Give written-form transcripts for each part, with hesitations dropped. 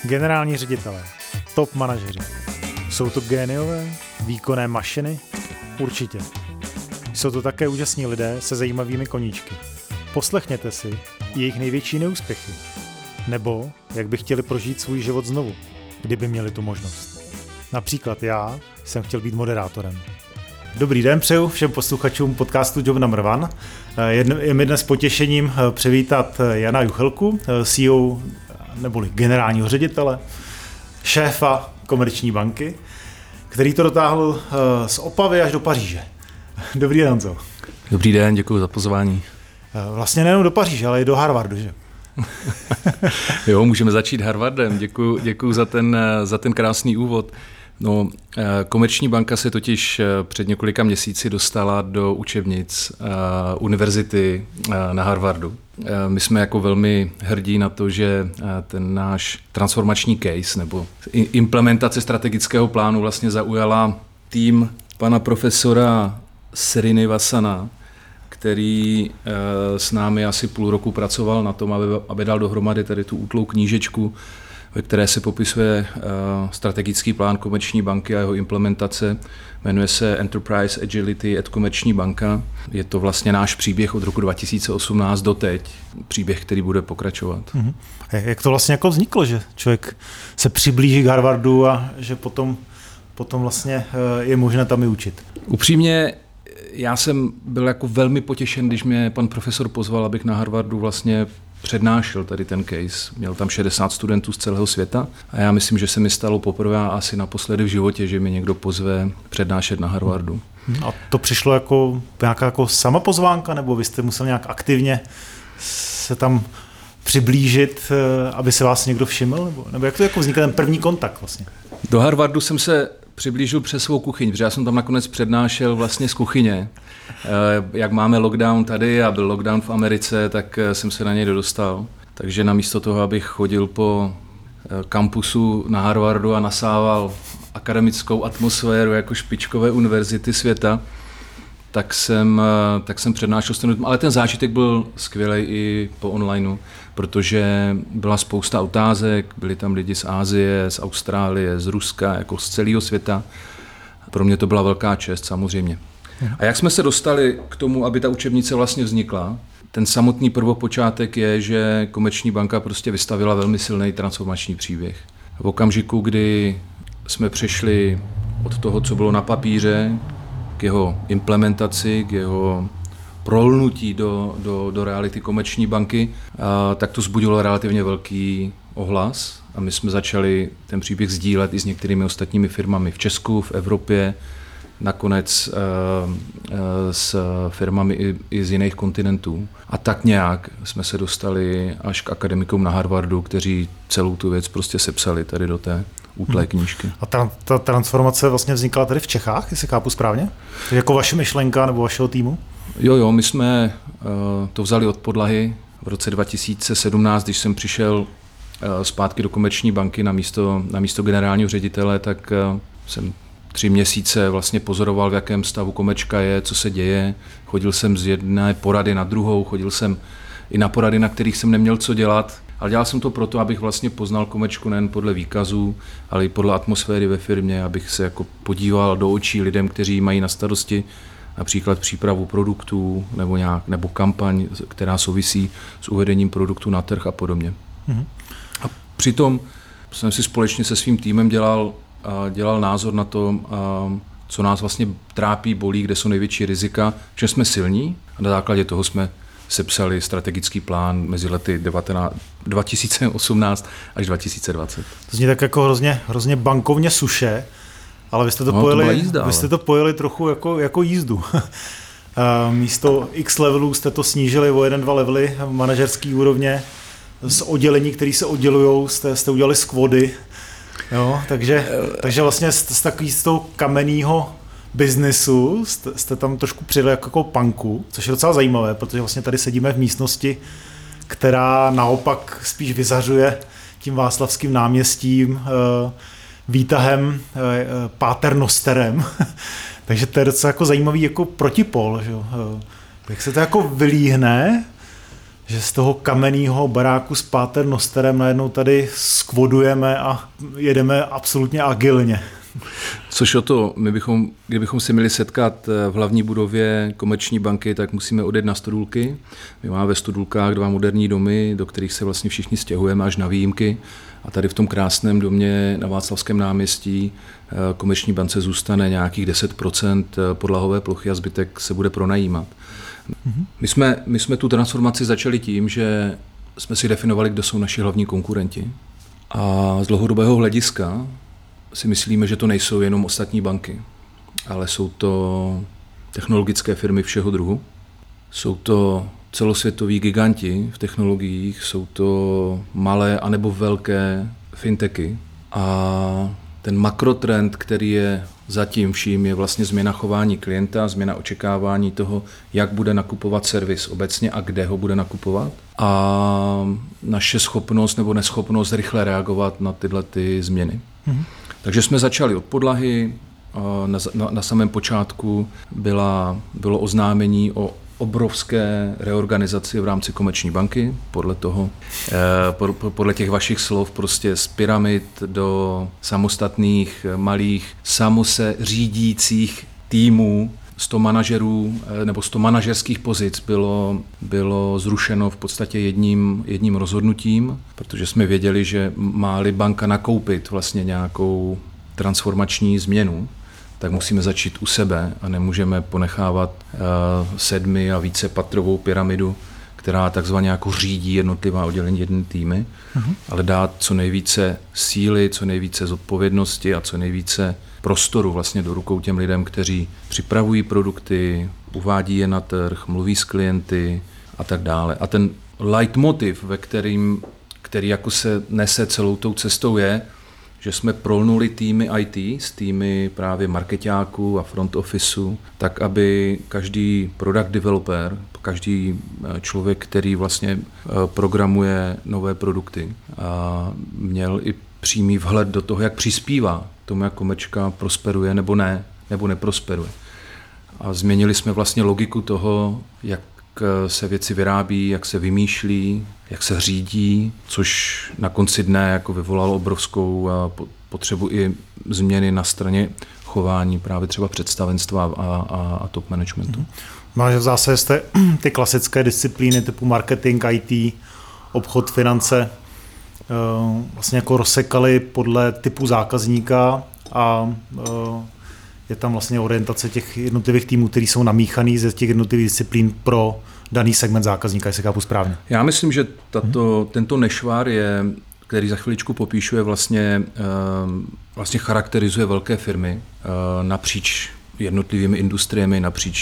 Generální ředitelé, top manažeři. Jsou to géniové, výkonné mašiny? Určitě. Jsou to také úžasní lidé se zajímavými koníčky. Poslechněte si jejich největší neúspěchy. Nebo jak by chtěli prožít svůj život znovu, kdyby měli tu možnost. Například já jsem chtěl být moderátorem. Dobrý den přeju všem posluchačům podcastu Job No. 1. Je mi dnes potěšením přivítat Jana Juchelku, CEO neboli generálního ředitele, šéfa Komerční banky, který to dotáhl z Opavy až do Paříže. Dobrý den, Honzo. Dobrý den, děkuji za pozvání. Vlastně nejenom do Paříže, ale i do Harvardu, že? Jo, můžeme začít Harvardem. Děkuji za ten krásný úvod. No, Komerční banka se totiž před několika měsíci dostala do učebnic univerzity na Harvardu. My jsme jako velmi hrdí na to, že ten náš transformační case nebo implementace strategického plánu vlastně zaujala tým pana profesora Srinivasana, který s námi asi půl roku pracoval na tom, aby dal dohromady tady tu útlou knížečku, ve které se popisuje strategický plán Komerční banky a jeho implementace. Jmenuje se Enterprise Agility at Komerční banka. Je to vlastně náš příběh od roku 2018 do teď. Příběh, který bude pokračovat. Mm-hmm. Jak to vlastně jako vzniklo, že člověk se přiblíží k Harvardu a že potom vlastně je možné tam i učit? Upřímně, já jsem byl jako velmi potěšen, když mě pan profesor pozval, abych na Harvardu vlastně přednášel tady ten case. Měl tam 60 studentů z celého světa a já myslím, že se mi stalo poprvé a asi naposledy v životě, že mi někdo pozve přednášet na Harvardu. A to přišlo jako nějaká jako samopozvánka, nebo vy jste musel nějak aktivně se tam přiblížit, aby se vás někdo všiml? Nebo jak to jako vznikl ten první kontakt vlastně? Do Harvardu jsem se přiblížil přes svou kuchyň, protože já jsem tam nakonec přednášel vlastně z kuchyně. Jak máme lockdown tady a byl lockdown v Americe, tak jsem se na něj dostal. Takže namísto toho, abych chodil po kampusu na Harvardu a nasával akademickou atmosféru jako špičkové univerzity světa, tak jsem přednášel studentům. Ale ten zážitek byl skvělý i po onlineu, protože byla spousta otázek, byli tam lidi z Asie, z Austrálie, z Ruska, jako z celého světa. Pro mě to byla velká čest samozřejmě. A jak jsme se dostali k tomu, aby ta učebnice vlastně vznikla? Ten samotný prvopočátek je, že Komerční banka prostě vystavila velmi silný transformační příběh. V okamžiku, kdy jsme přešli od toho, co bylo na papíře, k jeho implementaci, k jeho prolnutí do reality Komerční banky, tak to vzbudilo relativně velký ohlas a my jsme začali ten příběh sdílet i s některými ostatními firmami v Česku, v Evropě, nakonec s firmami i z jiných kontinentů. A tak nějak jsme se dostali až k akademikům na Harvardu, kteří celou tu věc prostě sepsali tady do té útlé knížky. A ta transformace vlastně vznikla tady v Čechách, jestli chápu správně? Jako vaše myšlenka nebo vašeho týmu? Jo, my jsme to vzali od podlahy v roce 2017, když jsem přišel zpátky do Komerční banky na místo generálního ředitele, tak jsem 3 měsíce vlastně pozoroval, v jakém stavu Komečka je, co se děje. Chodil jsem z jedné porady na druhou, chodil jsem i na porady, na kterých jsem neměl co dělat, ale dělal jsem to proto, abych vlastně poznal Komečku nejen podle výkazů, ale i podle atmosféry ve firmě, abych se jako podíval do očí lidem, kteří mají na starosti například přípravu produktů nebo kampaň, která souvisí s uvedením produktu na trh a podobně. Mm-hmm. A přitom jsem si společně se svým týmem dělal názor na to, co nás vlastně trápí, bolí, kde jsou největší rizika, že jsme silní a na základě toho jsme sepsali strategický plán mezi lety 2018 až 2020. To zní tak jako hrozně bankovně suše, ale vy jste to pojeli trochu jako jízdu. Místo X levelů jste to snížili o 1-2 levely manažerský úrovně. Z oddělení, které se oddělujou, jste udělali squady. Jo, takže vlastně z toho kamenného biznesu jste tam trošku přijeli jako punku, což je docela zajímavé, protože vlastně tady sedíme v místnosti, která naopak spíš vyzařuje tím Václavským náměstím, výtahem, páternosterem. Takže to je docela jako zajímavý jako protipol. Že? Jak se to jako vylíhne že z toho kamenného baráku s Pater Nosterem najednou tady skvodujeme a jedeme absolutně agilně. Což o to, kdybychom se měli setkat v hlavní budově Komerční banky, tak musíme odjet na Stodůlky. My máme ve Stodůlkách 2 moderní domy, do kterých se vlastně všichni stěhujeme až na výjimky. A tady v tom krásném domě na Václavském náměstí Komerční bance zůstane nějakých 10% podlahové plochy a zbytek se bude pronajímat. My jsme tu transformaci začali tím, že jsme si definovali, kdo jsou naši hlavní konkurenti. A z dlouhodobého hlediska si myslíme, že to nejsou jenom ostatní banky, ale jsou to technologické firmy všeho druhu. Jsou to celosvětoví giganti v technologiích, jsou to malé anebo velké fintechy. A ten makrotrend, který je zatím vším, je vlastně změna chování klienta, změna očekávání toho, jak bude nakupovat servis obecně a kde ho bude nakupovat. A naše schopnost nebo neschopnost rychle reagovat na tyhle ty změny. Takže jsme začali od podlahy. Na samém počátku bylo oznámení o obrovské reorganizaci v rámci Komerční banky. Podle těch vašich slov prostě z pyramid do samostatných, malých, samose řídících týmů. 100 manažerů nebo 100 manažerských pozic bylo zrušeno v podstatě jedním rozhodnutím, protože jsme věděli, že má-li banka nakoupit vlastně nějakou transformační změnu, tak musíme začít u sebe a nemůžeme ponechávat 7 a více patrovou pyramidu, která takzvaně jako řídí jednotlivá oddělení jedné týmy, ale dát co nejvíce síly, co nejvíce zodpovědnosti a co nejvíce prostoru vlastně do rukou těm lidem, kteří připravují produkty, uvádí je na trh, mluví s klienty a tak dále. A ten leitmotiv, který jako se nese celou tou cestou je, že jsme prolnuli týmy IT s týmy právě markeťáků a front officeu, tak aby každý product developer, každý člověk, který vlastně programuje nové produkty, měl i přímý vhled do toho, jak přispívá tomu, jak Komerčka prosperuje nebo ne, nebo neprosperuje. A změnili jsme vlastně logiku toho, jak se věci vyrábí, jak se vymýšlí, jak se řídí, což na konci dne jako vyvolalo obrovskou potřebu i změny na straně chování právě třeba představenstva a top managementu. Máš v zásadě jste ty klasické disciplíny typu marketing, IT, obchod, finance vlastně jako rozsekali podle typu zákazníka a je tam vlastně orientace těch jednotlivých týmů, který jsou namíchaný ze těch jednotlivých disciplín pro daný segment zákazníka, jestli chápu správně. Já myslím, že tento nešvar který za chviličku popíšu, vlastně charakterizuje velké firmy napříč jednotlivými industriemi,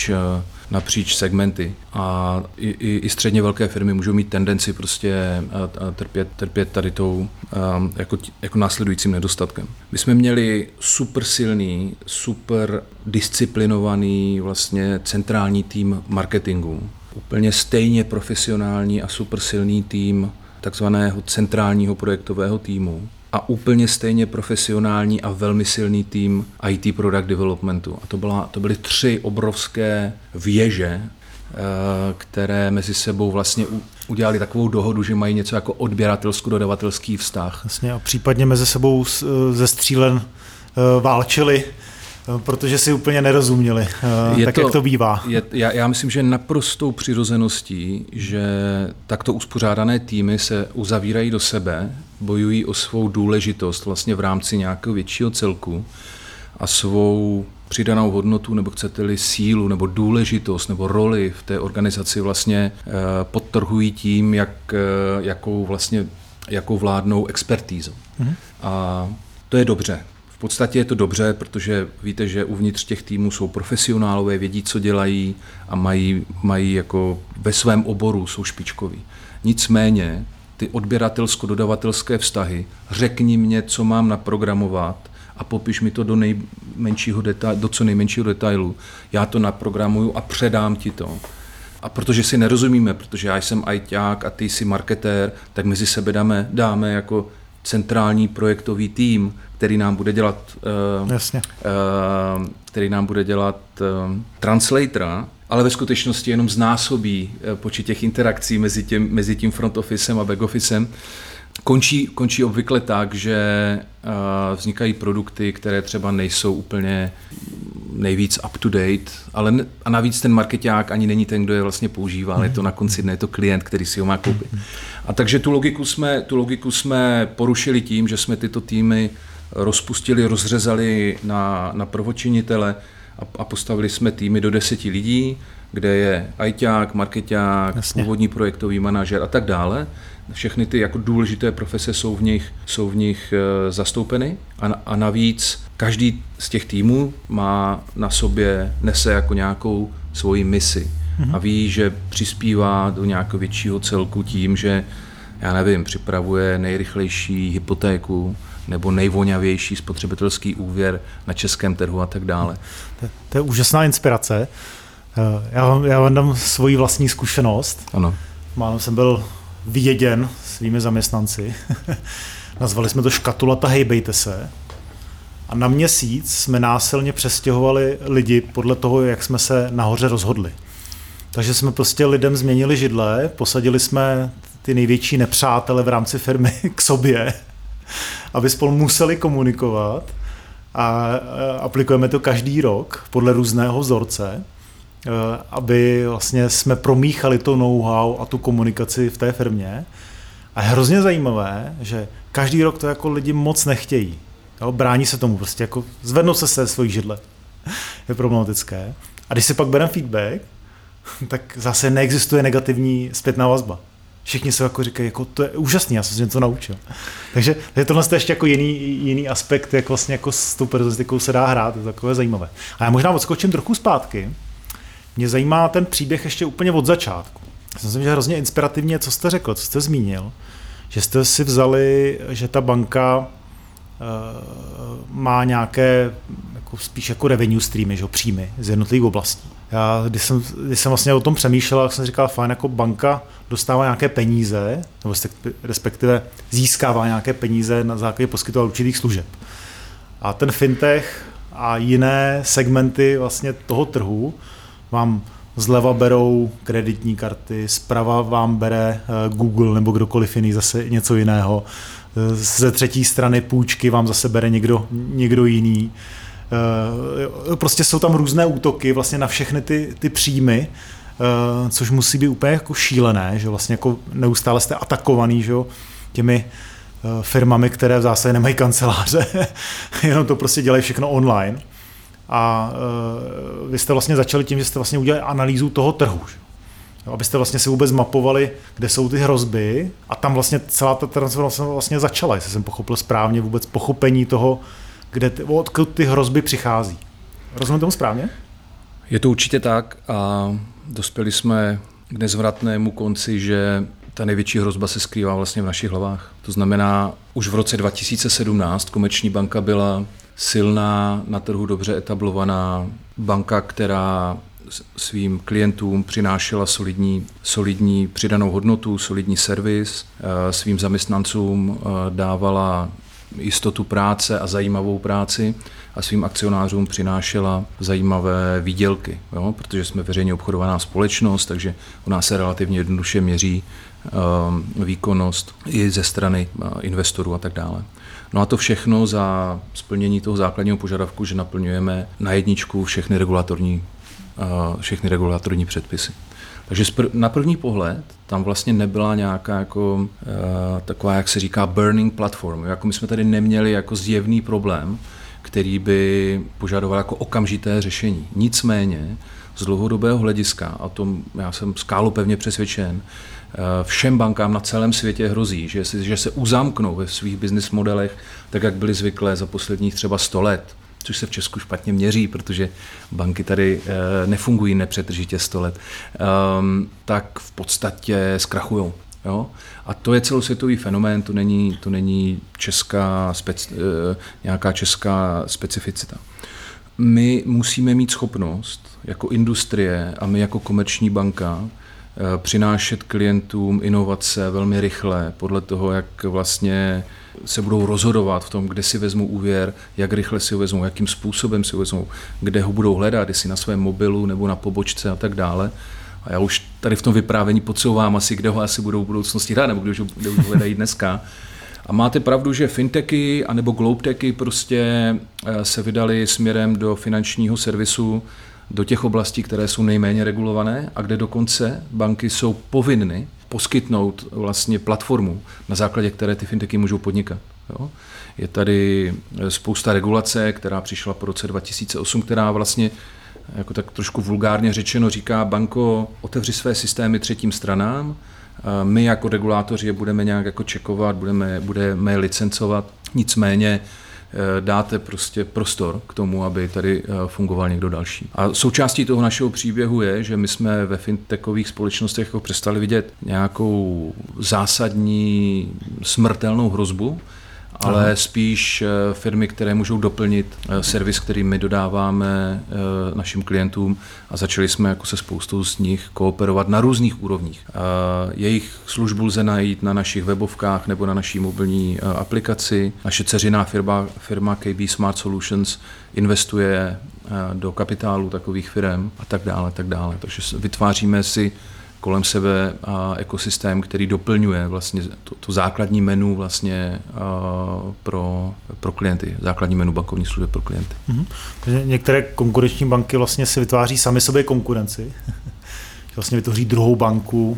napříč segmenty. A i středně velké firmy můžou mít tendenci prostě trpět tady tou jako následujícím nedostatkem. My jsme měli super silný, super disciplinovaný vlastně centrální tým marketingu. Úplně stejně profesionální a super silný tým takzvaného centrálního projektového týmu a úplně stejně profesionální a velmi silný tým IT product developmentu. A to byly 3 obrovské věže, které mezi sebou vlastně udělali takovou dohodu, že mají něco jako odběratelsko-dodavatelský vztah. Jasně, a případně mezi sebou ze střílen válčili, protože si úplně nerozuměli, jak to bývá. Já myslím, že naprostou přirozeností, že takto uspořádané týmy se uzavírají do sebe, bojují o svou důležitost vlastně v rámci nějakého většího celku a svou přidanou hodnotu, nebo chcete-li sílu, nebo důležitost, nebo roli v té organizaci vlastně podtrhují tím, jakou vládnou expertízu. A to je dobře. V podstatě je to dobře, protože víte, že uvnitř těch týmů jsou profesionálové, vědí, co dělají a mají jako ve svém oboru, jsou špičkoví. Nicméně ty odběratelsko-dodavatelské vztahy, řekni mě, co mám naprogramovat a popiš mi to do co nejmenšího detailu. Já to naprogramuju a předám ti to. A protože si nerozumíme, protože já jsem ajťák a ty jsi marketér, tak mezi sebe dáme jako centrální projektový tým, který nám bude dělat translatora ale ve skutečnosti jenom znásobí počet těch interakcí mezi tím front officem a back officem. Končí obvykle tak, že vznikají produkty, které třeba nejsou úplně nejvíc up to date, a navíc ten markeťák ani není ten, kdo je vlastně používá, ale je to na konci dne, je to klient, který si ho má koupit. A takže tu logiku jsme porušili tím, že jsme tyto týmy rozpustili, rozřezali na prvočinitele a postavili jsme týmy do 10 lidí, kde je ajťák, markeťák, původní projektový manažer a tak dále. Všechny ty jako důležité profese jsou v nich zastoupeny a navíc každý z těch týmů má na sobě, nese jako nějakou svoji misi a ví, že přispívá do nějakého většího celku tím, že já nevím, připravuje nejrychlejší hypotéku nebo nejvoňavější spotřebitelský úvěr na českém trhu a tak dále. To je úžasná inspirace. Já vám dám svoji vlastní zkušenost. Ano. Málem jsem byl vyjeděn svými zaměstnanci. Nazvali jsme to škatulata hejbejte se. A na měsíc jsme násilně přestěhovali lidi podle toho, jak jsme se nahoře rozhodli. Takže jsme prostě lidem změnili židle, posadili jsme ty největší nepřátele v rámci firmy k sobě, aby spolu museli komunikovat, a aplikujeme to každý rok podle různého vzorce, aby vlastně jsme promíchali to know-how a tu komunikaci v té firmě. A je hrozně zajímavé, že každý rok to jako lidi moc nechtějí. Jo, brání se tomu, prostě jako zvednou se z svojí židle. Je problematické. A když si pak bereme feedback, tak zase neexistuje negativní zpětná vazba. Všichni se jako říkají, jako to je úžasný, já jsem se něco naučil. Takže tohle je ještě jako jiný aspekt, jak vlastně jako s tou perzonalistikou se dá hrát, to je takové zajímavé. A já možná odskočím trochu zpátky. Mě zajímá ten příběh ještě úplně od začátku. Já myslím, že hrozně inspirativně, co jste řekl, co jste zmínil, že jste si vzali, že ta banka má nějaké jako spíš jako revenue streamy, že, příjmy z jednotlivých oblastí. Když jsem vlastně o tom přemýšlel, tak jsem říkal, fajn, jako banka dostává nějaké peníze, nebo respektive získává nějaké peníze na základě poskytování určitých služeb. A ten fintech a jiné segmenty vlastně toho trhu vám zleva berou kreditní karty, zprava vám bere Google nebo kdokoliv jiný zase něco jiného. Ze třetí strany půjčky vám zase bere někdo jiný. Prostě jsou tam různé útoky vlastně na všechny ty příjmy, což musí být úplně jako šílené, že vlastně jako neustále jste atakovaný, že těmi firmami, které v zásadě nemají kanceláře, jenom to prostě dělají všechno online. A vy jste vlastně začali tím, že jste vlastně udělali analýzu toho trhu, že? Abyste vlastně si vůbec mapovali, kde jsou ty hrozby, a tam vlastně celá ta transformace vlastně začala, jestli jsem pochopil správně, vůbec pochopení toho, odkud ty hrozby přichází. Rozumím tomu správně? Je to určitě tak a dospěli jsme k nezvratnému konci, že ta největší hrozba se skrývá vlastně v našich hlavách. To znamená, už v roce 2017 Komerční banka byla silná, na trhu dobře etablovaná banka, která svým klientům přinášela solidní přidanou hodnotu, solidní servis, svým zaměstnancům dávala jistotu práce a zajímavou práci a svým akcionářům přinášela zajímavé výdělky, jo? Protože jsme veřejně obchodovaná společnost, takže u nás se relativně jednoduše měří výkonnost i ze strany investorů a tak dále. No a to všechno za splnění toho základního požadavku, že naplňujeme na jedničku všechny regulatorní předpisy. Takže na první pohled tam vlastně nebyla nějaká jako taková, jak se říká, burning platform. Jako my jsme tady neměli jako zjevný problém, který by požadoval jako okamžité řešení. Nicméně z dlouhodobého hlediska, a tom já jsem skálopevně přesvědčen, všem bankám na celém světě hrozí, že se uzamknou ve svých business modelech, tak jak byly zvyklé za posledních třeba 100 let, což se v Česku špatně měří, protože banky tady nefungují nepřetržitě 100 let, tak v podstatě zkrachujou. Jo? A to je celosvětový fenomén, to není nějaká česká specificita. My musíme mít schopnost jako industrie a my jako komerční banka přinášet klientům inovace velmi rychle, podle toho, jak vlastně se budou rozhodovat v tom, kde si vezmou úvěr, jak rychle si ho vezmou, jakým způsobem si ho vezmou, kde ho budou hledat, jestli na svém mobilu nebo na pobočce a tak dále. A já už tady v tom vyprávění podsouvám asi, kde ho asi budou v budoucnosti hrát, nebo kde už ho hledají dneska. A máte pravdu, že fintechy anebo globtechy prostě se vydali směrem do finančního servisu, do těch oblastí, které jsou nejméně regulované a kde dokonce banky jsou povinny poskytnout vlastně platformu, na základě které ty fintechy můžou podnikat. Jo? Je tady spousta regulace, která přišla po roce 2008, která vlastně jako tak trošku vulgárně řečeno říká, banko, otevři své systémy třetím stranám, my jako regulátoři je budeme nějak jako čekovat, budeme licencovat, nicméně dáte prostě prostor k tomu, aby tady fungoval někdo další. A součástí toho našeho příběhu je, že my jsme ve fintechových společnostech jako přestali vidět nějakou zásadní smrtelnou hrozbu, ale spíš firmy, které můžou doplnit servis, který my dodáváme našim klientům a začali jsme jako se spoustou z nich kooperovat na různých úrovních. Jejich službu lze najít na našich webovkách nebo na naší mobilní aplikaci. Naše dceřiná firma KB Smart Solutions investuje do kapitálu takových firm a tak dále. Takže vytváříme si kolem sebe ekosystém, který doplňuje vlastně to základní menu vlastně pro klienty, základní menu bankovní služeb pro klienty. Takže některé konkurenční banky vlastně si vytváří sami sobě konkurenci. Vlastně vytvoří druhou banku.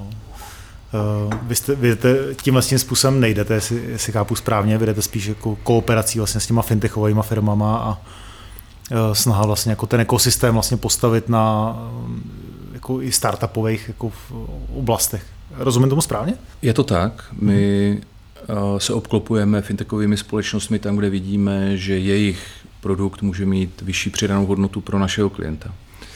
Vy tím vlastně způsobem nejdete, jestli chápu správně, vy jdete spíš jako kooperací vlastně s těma fintechovými firmama a snaha vlastně jako ten ekosystém vlastně postavit na jako i startupových jako v oblastech. Rozumím tomu správně? Je to tak. My se obklopujeme fintechovými společnostmi tam, kde vidíme, že jejich produkt může mít vyšší přidanou hodnotu pro našeho klienta.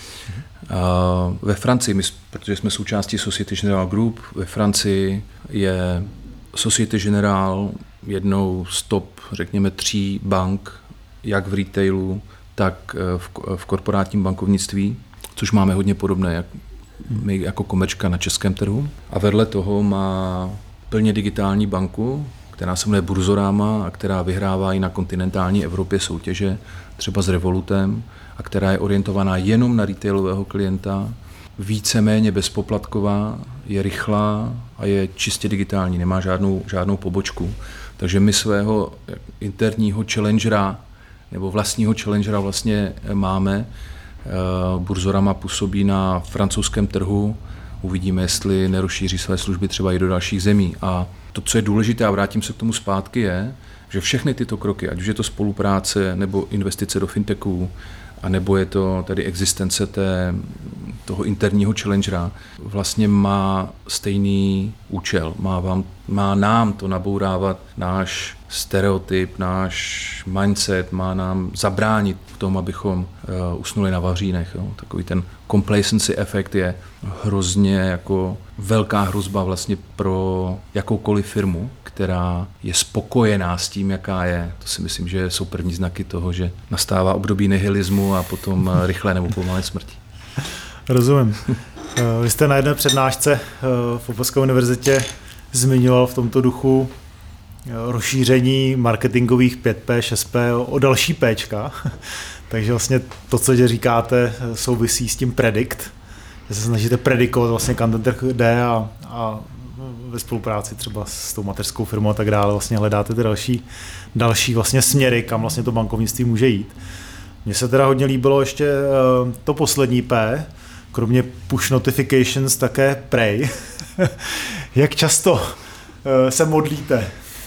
Ve Francii, protože jsme součástí Société Générale Group, ve Francii je Société Générale jednou z top, řekněme, 3 bank, jak v retailu, tak v korporátním bankovnictví, což máme hodně podobné, jak my jako Komerčka na českém trhu. A vedle toho má plně digitální banku, která se jmenuje Boursorama a která vyhrává i na kontinentální Evropě soutěže, třeba s Revolutem, a která je orientovaná jenom na retailového klienta, víceméně bezpoplatková, je rychlá a je čistě digitální, nemá žádnou pobočku. Takže my svého interního challengera nebo vlastního challengera vlastně máme. Boursorama působí na francouzském trhu, uvidíme, jestli nerozšíří své služby třeba i do dalších zemí. A to, co je důležité, a vrátím se k tomu zpátky, je, že všechny tyto kroky, ať už je to spolupráce nebo investice do fintechů, a nebo je to tady existence toho interního challengera, vlastně má stejný účel. Má nám to nabourávat náš stereotyp, náš mindset, má nám zabránit v tom, abychom usnuli na vavřínech. Jo. Takový ten complacency efekt je hrozně jako velká hrozba vlastně pro jakoukoliv firmu, která je spokojená s tím, jaká je. To si myslím, že jsou první znaky toho, že nastává období nihilismu a potom rychlé nebo pomalé smrti. Rozumím. Vy jste na jedné přednášce v Opavské univerzitě zmiňoval v tomto duchu rozšíření marketingových 5P, 6P o další Pčka. Takže vlastně to, co říkáte, souvisí s tím predict, že se snažíte predikovat vlastně, kam ten trh jde a ve spolupráci třeba s tou mateřskou firmou a tak dále vlastně hledáte ty další vlastně směry, kam vlastně to bankovnictví může jít. Mně se teda hodně líbilo ještě to poslední P, kromě push notifications také pray. Jak často se modlíte?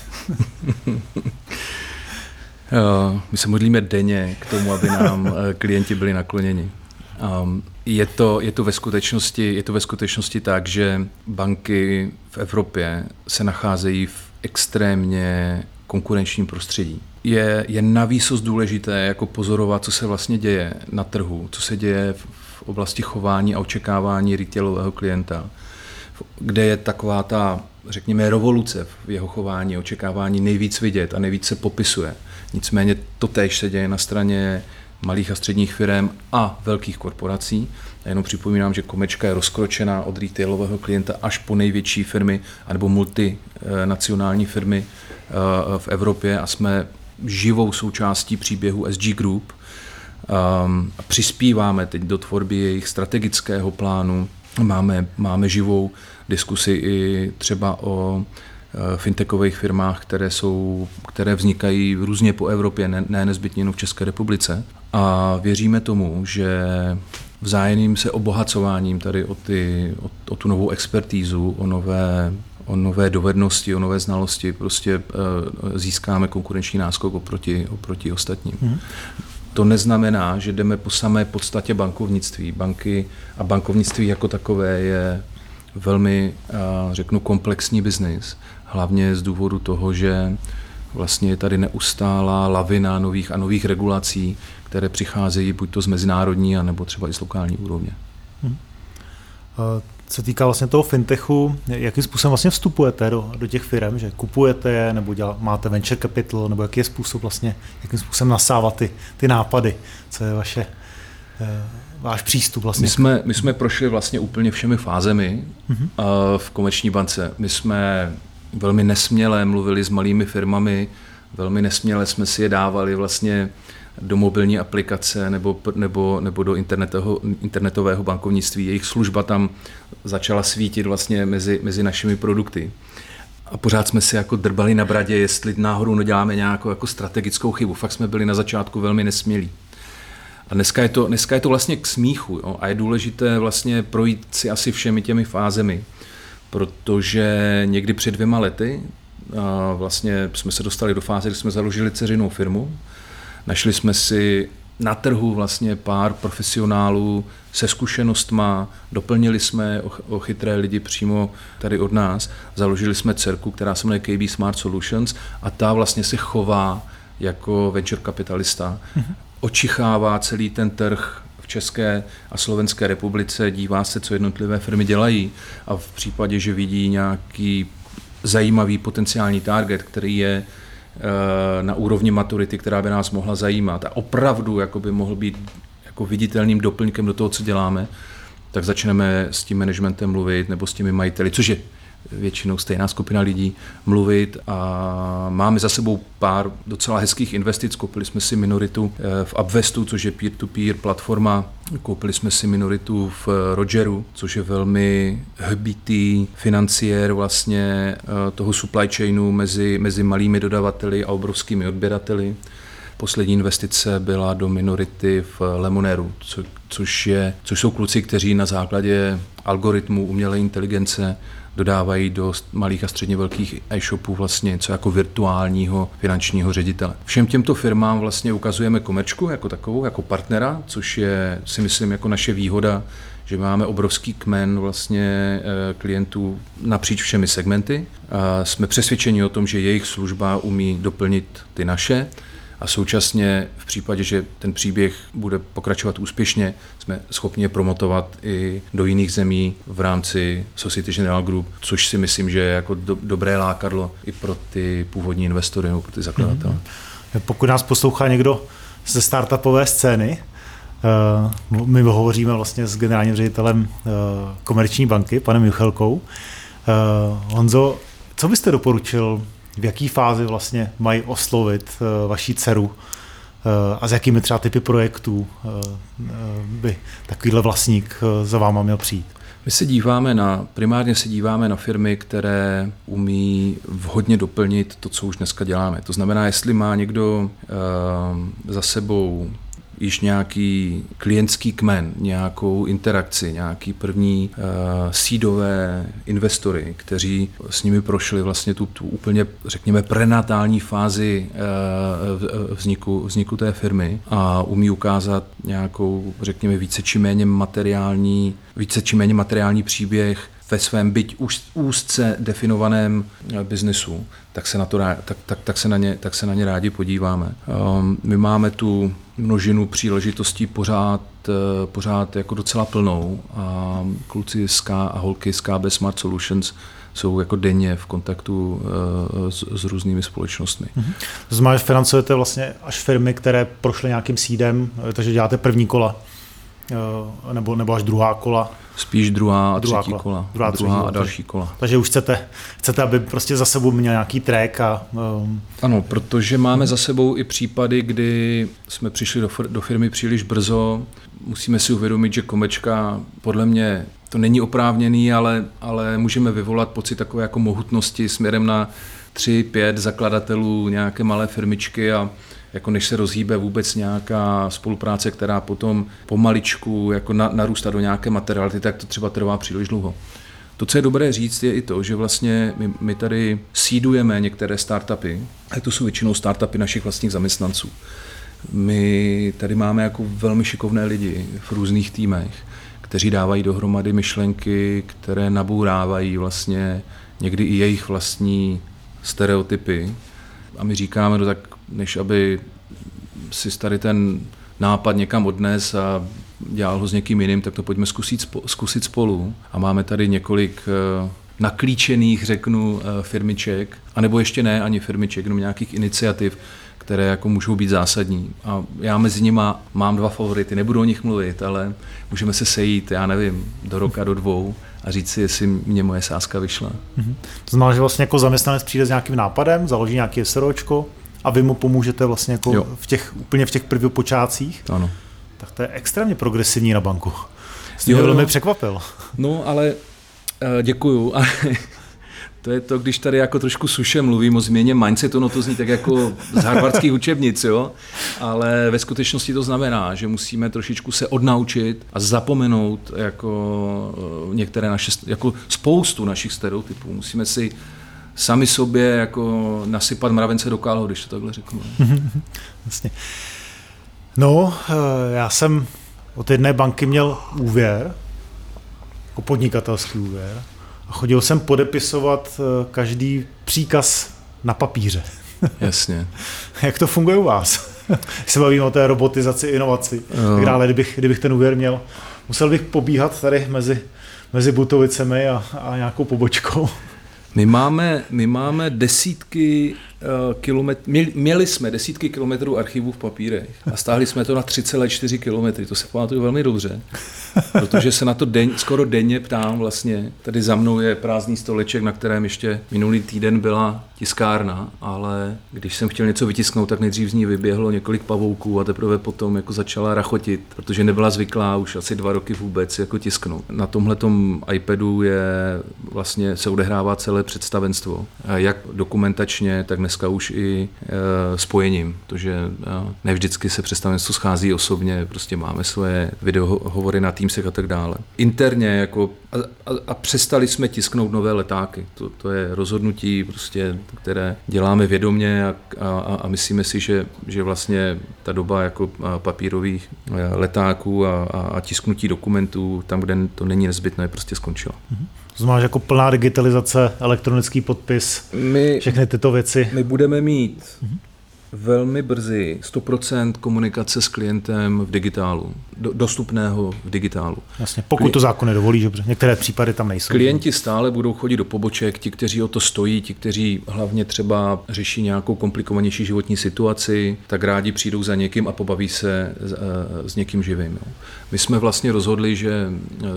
My se modlíme denně k tomu, aby nám klienti byli nakloněni. Je to ve skutečnosti tak, že banky v Evropě se nacházejí v extrémně konkurenčním prostředí. Je navýsost důležité jako pozorovat, co se vlastně děje na trhu, co se děje v oblasti chování a očekávání retailového klienta, kde je taková ta, řekněme, revoluce v jeho chování a očekávání nejvíc vidět a nejvíc se popisuje. Nicméně to též se děje na straně malých a středních firm a velkých korporací. Já jenom připomínám, že Komečka je rozkročená od retailového klienta až po největší firmy anebo multinacionální firmy v Evropě a jsme živou součástí příběhu SG Group. Přispíváme teď do tvorby jejich strategického plánu. Máme živou diskusi i třeba o fintechových firmách, které vznikají různě po Evropě, ne nezbytně jenom v České republice. A věříme tomu, že vzájemným se obohacováním tady o tu novou expertízu, o nové dovednosti, o nové znalosti prostě získáme konkurenční náskok oproti ostatním. To neznamená, že jdeme po samé podstatě bankovnictví. Banky a bankovnictví jako takové je velmi, řeknu, komplexní biznis. Hlavně z důvodu toho, že vlastně je tady neustálá lavina nových regulací, které přicházejí buď to z mezinárodní, anebo třeba i z lokální úrovně. Co týká vlastně toho fintechu, jakým způsobem vlastně vstupujete do těch firm, že kupujete je, nebo máte venture capital, nebo jaký je způsob vlastně, jakým způsobem nasávat ty nápady, co je váš přístup vlastně? My jsme prošli vlastně úplně všemi fázemi v Komerční bance. My jsme velmi nesměle mluvili s malými firmami, velmi nesměle jsme si je dávali vlastně do mobilní aplikace nebo do internetového bankovnictví. Jejich služba tam začala svítit vlastně mezi našimi produkty. A pořád jsme si jako drbali na bradě, jestli náhodou neděláme nějakou jako strategickou chybu. Fakt jsme byli na začátku velmi nesmělí. A dneska je to vlastně k smíchu, jo? A je důležité vlastně projít si asi všemi těmi fázemi, protože někdy před 2 lety vlastně jsme se dostali do fáze, kdy jsme založili dceřinou firmu. Našli jsme si na trhu vlastně pár profesionálů se zkušenostma, doplnili jsme o chytré lidi přímo tady od nás, založili jsme dcerku, která se jmenuje KB Smart Solutions a ta vlastně se chová jako venture kapitalista, očichává celý ten trh v České a Slovenské republice, dívá se, co jednotlivé firmy dělají a v případě, že vidí nějaký zajímavý potenciální target, který je na úrovni maturity, která by nás mohla zajímat a opravdu jako by mohl být jako viditelným doplňkem do toho, co děláme, tak začneme s tím managementem mluvit nebo s těmi majiteli, což je většinou stejná skupina lidí, mluvit a máme za sebou pár docela hezkých investic. Koupili jsme si minoritu v Upvestu, což je peer-to-peer platforma. Koupili jsme si minoritu v Rogeru, což je velmi hbitý financiér vlastně toho supply chainu mezi malými dodavateli a obrovskými odběrateli. Poslední investice byla do minority v Lemonéru, což jsou kluci, kteří na základě algoritmů umělé inteligence dodávají do malých a středně velkých e-shopů vlastně něco jako virtuálního finančního ředitele. Všem těmto firmám vlastně ukazujeme Komerčku jako takovou, jako partnera, což je, si myslím, jako naše výhoda, že máme obrovský kmen vlastně klientů napříč všemi segmenty. A jsme přesvědčeni o tom, že jejich služba umí doplnit ty naše. A současně v případě, že ten příběh bude pokračovat úspěšně, jsme schopni je promotovat i do jiných zemí v rámci Société Générale Group, což si myslím, že je jako dobré lákadlo i pro ty původní investory nebo pro ty zakladatele. Pokud nás poslouchá někdo ze startupové scény, my hovoříme vlastně s generálním ředitelem Komerční banky, panem Juchelkou. Honzo, co byste doporučil, v jaký fázi vlastně mají oslovit vaši dceru a s jakými třeba typy projektů by takovýhle vlastník za váma měl přijít? My primárně se díváme na firmy, které umí vhodně doplnit to, co už dneska děláme. To znamená, jestli má někdo za sebou již nějaký klientský kmen, nějakou interakci, nějaký první seedové investory, kteří s nimi prošli vlastně tu úplně, řekněme, prenatální fázi vzniku té firmy a umí ukázat nějakou, řekněme, více či méně materiální příběh ve svém byť úzce definovaném biznesu, tak se na ně rádi podíváme. My máme tu množinu příležitostí pořád jako docela plnou a kluci a holky z KB Smart Solutions jsou jako denně v kontaktu s různými společnostmi. To znamená, že financujete vlastně až firmy, které prošly nějakým seedem, takže děláte první kola, nebo až druhá kola. Spíš druhá a třetí kola. Druhá a další kola. Takže už chcete, aby prostě za sebou měl nějaký track a... Ano, protože máme za sebou i případy, kdy jsme přišli do firmy příliš brzo. Musíme si uvědomit, že Komečka, podle mě, to není oprávněný, ale můžeme vyvolat pocit takové jako mohutnosti směrem na 3-5 zakladatelů nějaké malé firmičky a jako než se rozhýbe vůbec nějaká spolupráce, která potom pomaličku jako narůstá do nějaké materiality, tak to třeba trvá příliš dlouho. To, co je dobré říct, je i to, že vlastně my tady seedujeme některé startupy, a to jsou většinou startupy našich vlastních zaměstnanců. My tady máme jako velmi šikovné lidi v různých týmech, kteří dávají dohromady myšlenky, které nabourávají vlastně někdy i jejich vlastní stereotypy. A my říkáme, no tak než aby si tady ten nápad někam odnes a dělal ho s někým jiným, tak to pojďme zkusit spolu. A máme tady několik naklíčených, řeknu, firmiček, anebo ještě ne ani firmiček, jenom nějakých iniciativ, které jako můžou být zásadní. A já mezi nima mám 2 favority, nebudu o nich mluvit, ale můžeme se sejít, já nevím, do roka, do 2 a říct si, jestli mě moje sázka vyšla. To znamená, že vlastně jako zaměstnanec přijde s nějakým nápadem, založí nějaké SROčko a vy mu pomůžete vlastně jako úplně v těch prvopočátcích. Ano. Tak to je extrémně progresivní na banku. Jsi mě velmi překvapil. No, ale děkuju. To je to, když tady jako trošku suše mluvím o změně mindsetu, no to zní tak jako z harvardských učebnic, jo? Ale ve skutečnosti to znamená, že musíme trošičku se odnaučit a zapomenout jako některé jako spoustu našich stereotypů. Musíme si sami sobě jako nasypat mravence do kalho, když to takhle řeknu. Vlastně. No, já jsem od jedné banky měl úvěr, jako podnikatelský úvěr, a chodil jsem podepisovat každý příkaz na papíře. Jasně. Jak to funguje u vás? Se bavíme o té robotizaci, inovaci. Tak dále, kdybych ten úvěr měl, musel bych pobíhat tady mezi Butovicemi a nějakou pobočkou. My máme desítky kilometrů, měli jsme desítky kilometrů archivů v papírech a stáhli jsme to na 3,4 kilometry. To se pamatuju velmi dobře, protože se na to skoro denně ptám vlastně. Tady za mnou je prázdný stoleček, na kterém ještě minulý týden byla tiskárna, ale když jsem chtěl něco vytisknout, tak nejdřív z ní vyběhlo několik pavouků a teprve potom jako začala rachotit, protože nebyla zvyklá už asi 2 roky vůbec jako tisknout. Na tomhletom iPadu vlastně se odehrává celé představenstvo, jak dokumentačně, tak dneska už i spojením, protože ne vždycky se představenstvo schází osobně, prostě máme svoje videohovory na Teamsech a tak dále. Interně jako a přestali jsme tisknout nové letáky. To je rozhodnutí, prostě, které děláme vědomě a myslíme si, že vlastně ta doba jako papírových letáků a tisknutí dokumentů tam, kde to není nezbytné, prostě skončila. To znamená, že jako plná digitalizace, elektronický podpis, všechny tyto věci. My budeme mít velmi brzy 100% komunikace s klientem v digitálu, dostupného v digitálu. Jasně, pokud to zákon nedovolí, že některé případy tam nejsou. Klienti stále budou chodit do poboček, ti, kteří o to stojí, ti, kteří hlavně třeba řeší nějakou komplikovanější životní situaci, tak rádi přijdou za někým a pobaví se s někým živým. Jo. My jsme vlastně rozhodli, že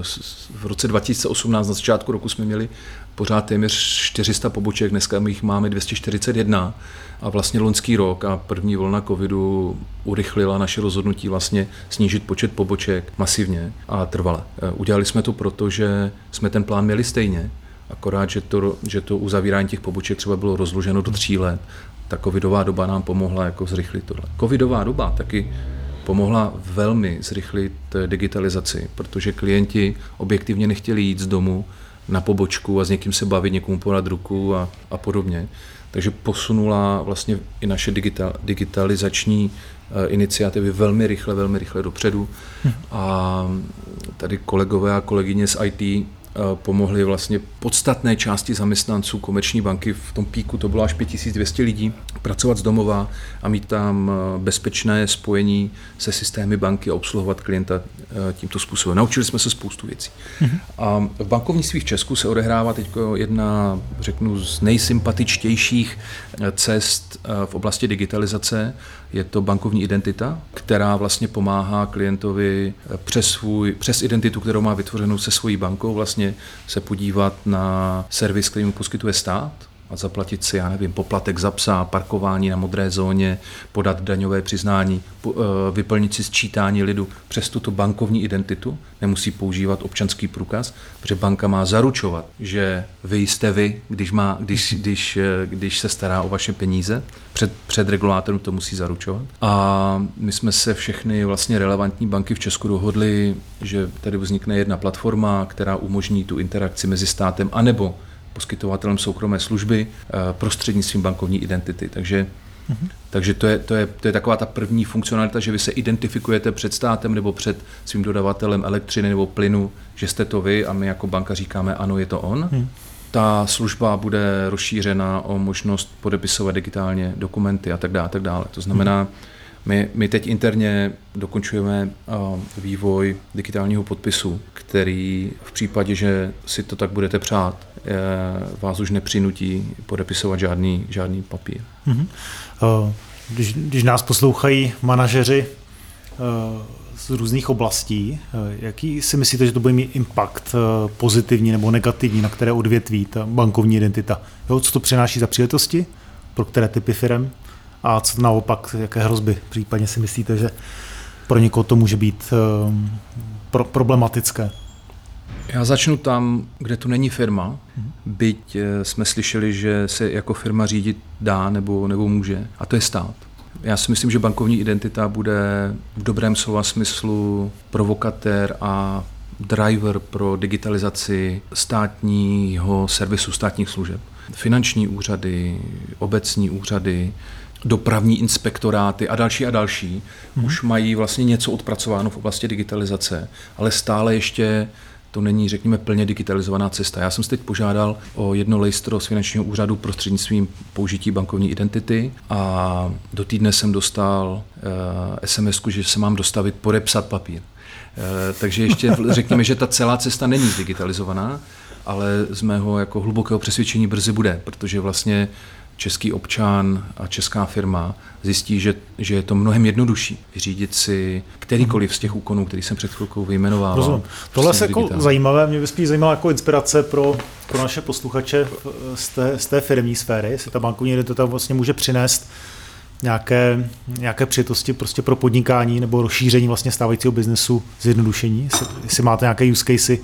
v roce 2018 na začátku roku jsme měli pořád téměř 400 poboček, dneska jich máme 241 a vlastně loňský rok a první vlna covidu urychlila naše rozhodnutí vlastně snížit počet poboček masivně a trvale. Udělali jsme to proto, že jsme ten plán měli stejně, akorát, že to uzavírání těch poboček třeba bylo rozloženo do 3 let. Ta covidová doba nám pomohla jako zrychlit tohle. Covidová doba taky pomohla velmi zrychlit digitalizaci, protože klienti objektivně nechtěli jít z domu na pobočku a s někým se bavit, někomu podat ruku a podobně. Takže posunula vlastně i naše digitalizační iniciativy velmi rychle dopředu. A tady kolegové a kolegyně z IT pomohli vlastně podstatné části zaměstnanců Komerční banky, v tom píku to bylo až 5200 lidí, pracovat z domova a mít tam bezpečné spojení se systémy banky a obsluhovat klienta tímto způsobem. Naučili jsme se spoustu věcí. A v bankovnictví v Česku se odehrává teď jedna, řeknu, z nejsympatičtějších cest v oblasti digitalizace. Je to bankovní identita, která vlastně pomáhá klientovi přes identitu, kterou má vytvořenou se svojí bankou, vlastně se podívat na servis, který mu poskytuje stát a zaplatit si, já nevím, poplatek za psa, parkování na modré zóně, podat daňové přiznání, vyplnit si sčítání lidu přes tuto bankovní identitu. Nemusí používat občanský průkaz, protože banka má zaručovat, že vy jste vy, když se stará o vaše peníze. Před regulátorem to musí zaručovat. A my jsme se všechny vlastně relevantní banky v Česku dohodli, že tady vznikne jedna platforma, která umožní tu interakci mezi státem anebo poskytovatelem soukromé služby prostřednictvím bankovní identity. Takže to je taková ta první funkcionalita, že vy se identifikujete před státem nebo před svým dodavatelem elektřiny nebo plynu, že jste to vy a my jako banka říkáme ano, je to on. Ta služba bude rozšířena o možnost podepisovat digitálně dokumenty a tak dále. To znamená, my teď interně dokončujeme vývoj digitálního podpisu, který v případě, že si to tak budete přát, vás už nepřinutí podepisovat žádný papír. Když nás poslouchají manažeři z různých oblastí, jaký si myslíte, že to bude mít impact pozitivní nebo negativní, na které odvětví ta bankovní identita? Co to přináší za příležitosti, pro které typy firem? A co naopak, jaké hrozby případně si myslíte, že pro někoho to může být problematické? Já začnu tam, kde to není firma, byť jsme slyšeli, že se jako firma řídit dá nebo může, a to je stát. Já si myslím, že bankovní identita bude v dobrém slova smyslu provokatér a driver pro digitalizaci státního servisu, státních služeb. Finanční úřady, obecní úřady, dopravní inspektoráty a další už mají vlastně něco odpracováno v oblasti digitalizace, ale stále ještě to není, řekněme, plně digitalizovaná cesta. Já jsem si teď požádal o jedno lejstro z finančního úřadu prostřednictvím použití bankovní identity a do týdne jsem dostal SMS-ku, že se mám dostavit podepsat papír. Takže ještě řekněme, že ta celá cesta není zdigitalizovaná, ale z mého jako hlubokého přesvědčení brzy bude, protože vlastně český občan a česká firma zjistí, že je to mnohem jednodušší vyřídit si kterýkoliv z těch úkonů, který jsem před chvilkou vyjmenoval. Rozumím. Tohle je jako zajímavé, mě by spíš zajímala jako inspirace pro naše posluchače z té firmní sféry, jestli ta bankovní identita vlastně může přinést nějaké přijetosti prostě pro podnikání nebo rozšíření vlastně stávajícího biznesu, zjednodušení, jestli máte nějaké use casey.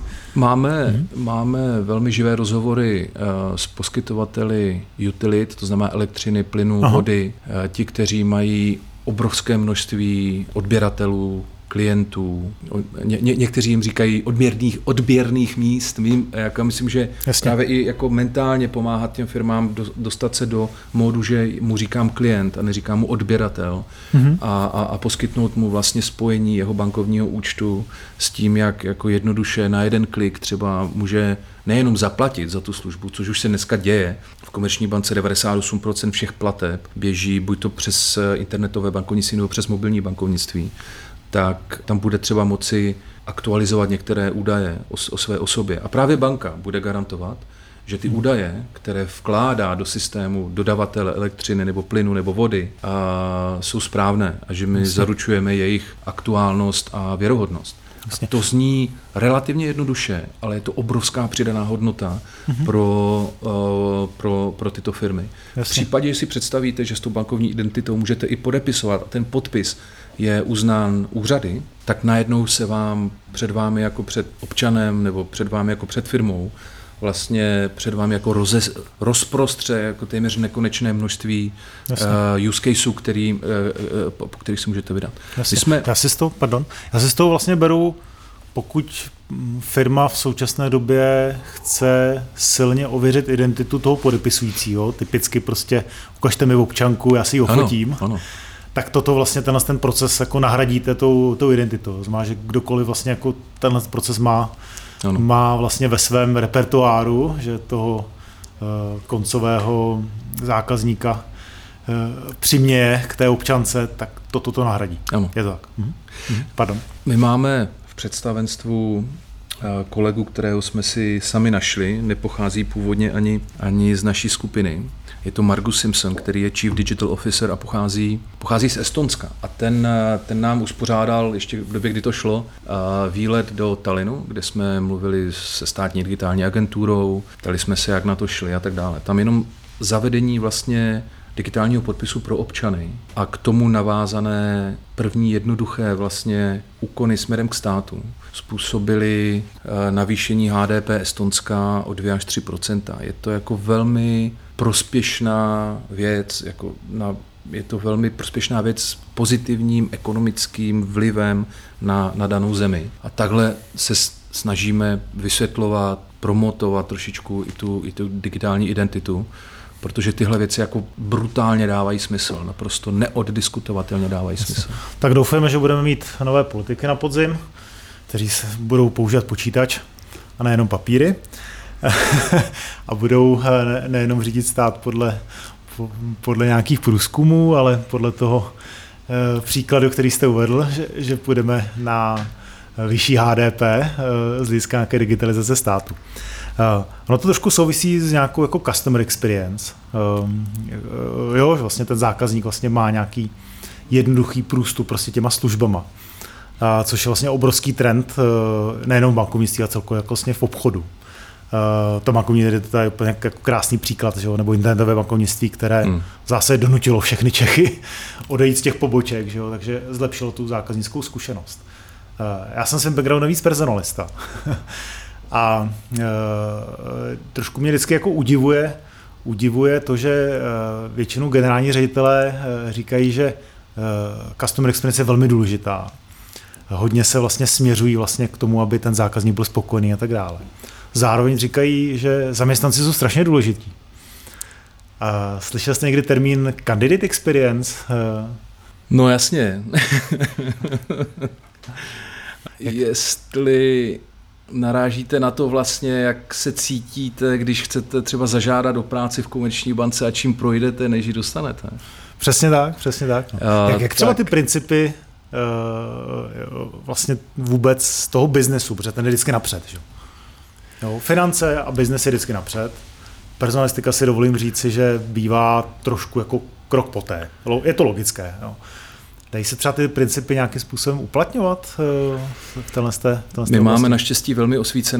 Máme velmi živé rozhovory s poskytovateli utilit, to znamená elektřiny, plynu, vody, ti, kteří mají obrovské množství odběratelů, klientů, někteří jim říkají odběrných míst. Já myslím, že právě i jako mentálně pomáhat těm firmám dostat se do módu, že mu říkám klient a neříkám mu odběratel a poskytnout mu vlastně spojení jeho bankovního účtu s tím, jak jako jednoduše na jeden klik třeba může nejenom zaplatit za tu službu, což už se dneska děje. V Komerční bance 98% všech plateb běží buď to přes internetové bankovnictví nebo přes mobilní bankovnictví, tak tam bude třeba moci aktualizovat některé údaje o své osobě. A právě banka bude garantovat, že ty údaje, které vkládá do systému dodavatele elektřiny nebo plynu nebo vody, jsou správné a že my zaručujeme jejich aktuálnost a věrohodnost. A to zní relativně jednoduše, ale je to obrovská přidaná hodnota pro tyto firmy. V případě, že si představíte, že s tou bankovní identitou můžete i podepisovat a ten podpis je uznán úřady, tak najednou se vám před vámi jako před občanem nebo před vámi jako před firmou vlastně před vámi jako rozprostře jako téměř nekonečné množství use caseů, po kterých si můžete vydat. Já si z toho vlastně beru, pokud firma v současné době chce silně ověřit identitu toho podepisujícího, typicky prostě ukažte mi občanku, já si ji ofotím. Ano. Tak toto vlastně ten proces jako nahradíte tou identitou. Znamená, že kdokoliv vlastně jako tenhle proces má má vlastně ve svém repertoáru, že toho koncového zákazníka přiměje k té občance, tak toto nahradí. Ano. Je to tak. Pardon. My máme v představenstvu kolegu, kterého jsme si sami našli, nepochází původně ani z naší skupiny. Je to Margus Simpson, který je Chief Digital Officer a pochází z Estonska. A ten nám uspořádal, ještě v době, kdy to šlo, výlet do Tallinnu, kde jsme mluvili se státní digitální agenturou, ptali jsme se, jak na to šli a tak dále. Tam jenom zavedení vlastně digitálního podpisu pro občany a k tomu navázané první jednoduché vlastně úkony směrem k státu způsobily navýšení HDP Estonska o 2 až 3%. Je to jako velmi prospěšná věc, je to velmi prospěšná věc s pozitivním ekonomickým vlivem na danou zemi. A takhle se snažíme vysvětlovat, promotovat trošičku i tu digitální identitu, protože tyhle věci jako brutálně dávají smysl, naprosto neoddiskutovatelně dávají smysl. Tak doufujeme, že budeme mít nové politiky na podzim, kteří budou používat počítač a nejenom papíry a budou nejenom řídit stát podle nějakých průzkumů, ale podle toho příkladu, který jste uvedl, že půjdeme na vyšší HDP z hlediska nějaké digitalizace státu. Ono to trošku souvisí s nějakou jako customer experience. Jo, vlastně ten zákazník vlastně má nějaký jednoduchý průstup prostě těma službama. Což je vlastně obrovský trend nejenom v bankovnictví, ale celkově jako vlastně v obchodu. To bankovnictví to je úplně jako krásný příklad, že jo? Nebo internetové bankovnictví, které zase donutilo všechny Čechy odejít z těch poboček, že jo? Takže zlepšilo tu zákaznickou zkušenost. Já jsem svým backgroundem víc personalista. A trošku mě vždycky jako udivuje to, že většinou generální ředitelé říkají, že customer experience je velmi důležitá. Hodně se vlastně směřují vlastně k tomu, aby ten zákazník byl spokojený a tak dále. Zároveň říkají, že zaměstnanci jsou strašně důležití. Slyšel jste někdy termín candidate experience? No jasně. Jestli narážíte na to vlastně, jak se cítíte, když chcete třeba zažádat o práci v komerční bance a čím projdete, než ji dostanete. Přesně tak. No. Jak třeba ty principy vlastně vůbec z toho biznesu, protože ten je vždycky napřed. Že? Jo, finance a biznes je vždycky napřed. Personalistika si dovolím říci, že bývá trošku jako krok poté. Je to logické. Jo. Dají se třeba ty principy nějakým způsobem uplatňovat v téhle My máme naštěstí velmi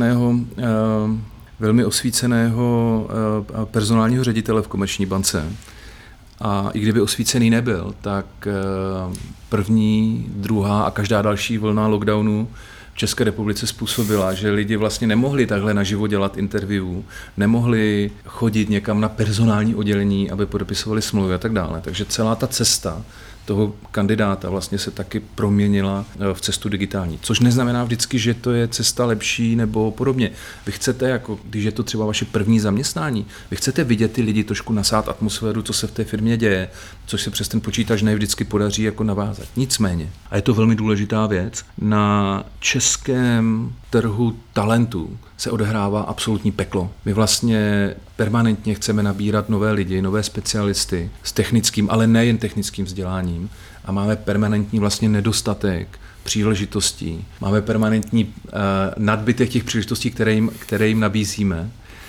osvíceného personálního ředitele v komerční bance. A i kdyby osvícený nebyl, tak první, druhá a každá další vlna lockdownu v České republice způsobila, že lidi vlastně nemohli takhle naživo dělat interview, nemohli chodit někam na personální oddělení, aby podepisovali smlouvy a tak dále. Takže celá ta cesta toho kandidáta vlastně se taky proměnila v cestu digitální. Což neznamená vždycky, že to je cesta lepší nebo podobně. Vy chcete, jako když je to třeba vaše první zaměstnání, vy chcete vidět ty lidi, trošku nasát atmosféru, co se v té firmě děje, což se přes ten počítač ne vždycky podaří jako navázat. Nicméně, a je to velmi důležitá věc, na českém trhu talentů se odehrává absolutní peklo. My vlastně permanentně chceme nabírat nové lidi, nové specialisty s technickým, ale nejen technickým vzděláním a máme permanentní vlastně nedostatek příležitostí. Máme permanentní nadbytek těch příležitostí, které jim nabízíme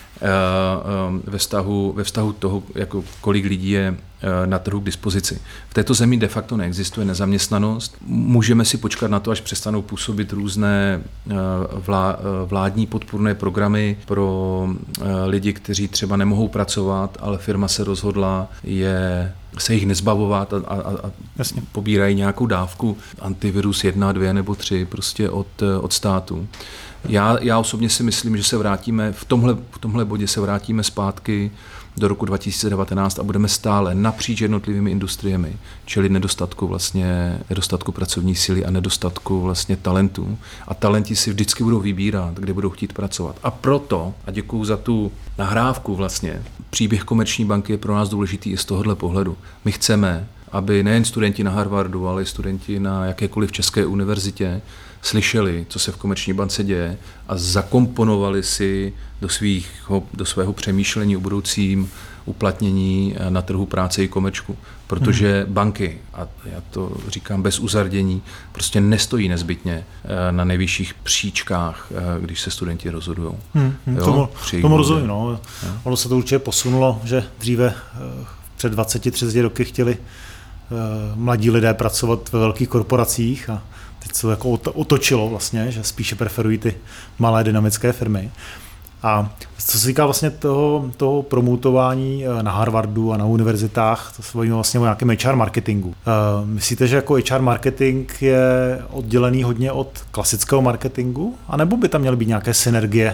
ve vztahu toho, jako kolik lidí je na trhu k dispozici. V této zemi de facto neexistuje nezaměstnanost. Můžeme si počkat na to, až přestanou působit různé vládní podpůrné programy pro lidi, kteří třeba nemohou pracovat, ale firma se rozhodla se jich nezbavovat a pobírají nějakou dávku antivirus 1, 2 nebo 3 prostě od státu. Já osobně si myslím, že se vrátíme v tomhle bodě se vrátíme zpátky do roku 2019 a budeme stále napříč jednotlivými industriemi čelit nedostatku pracovní síly a nedostatku vlastně talentů. A talenti si vždycky budou vybírat, kde budou chtít pracovat. A proto, a děkuju za tu nahrávku vlastně, příběh Komerční banky je pro nás důležitý i z tohohle pohledu. My chceme, aby nejen studenti na Harvardu, ale i studenti na jakékoliv české univerzitě slyšeli, co se v Komerční bance děje a zakomponovali si do svého přemýšlení o budoucím uplatnění na trhu práce i komerčku. Protože banky, a já to říkám bez uzardění, prostě nestojí nezbytně na nejvyšších příčkách, když se studenti rozhodují. Tomu rozumím. No. Ono se to určitě posunulo, že dříve před 20-30 roky chtěli mladí lidé pracovat ve velkých korporacích a teď se to jako otočilo vlastně, že spíše preferují ty malé dynamické firmy. A co se týká vlastně toho promotování na Harvardu a na univerzitách, to se bavíme vlastně o nějakém HR marketingu. Myslíte, že jako HR marketing je oddělený hodně od klasického marketingu? A nebo by tam měly být nějaké synergie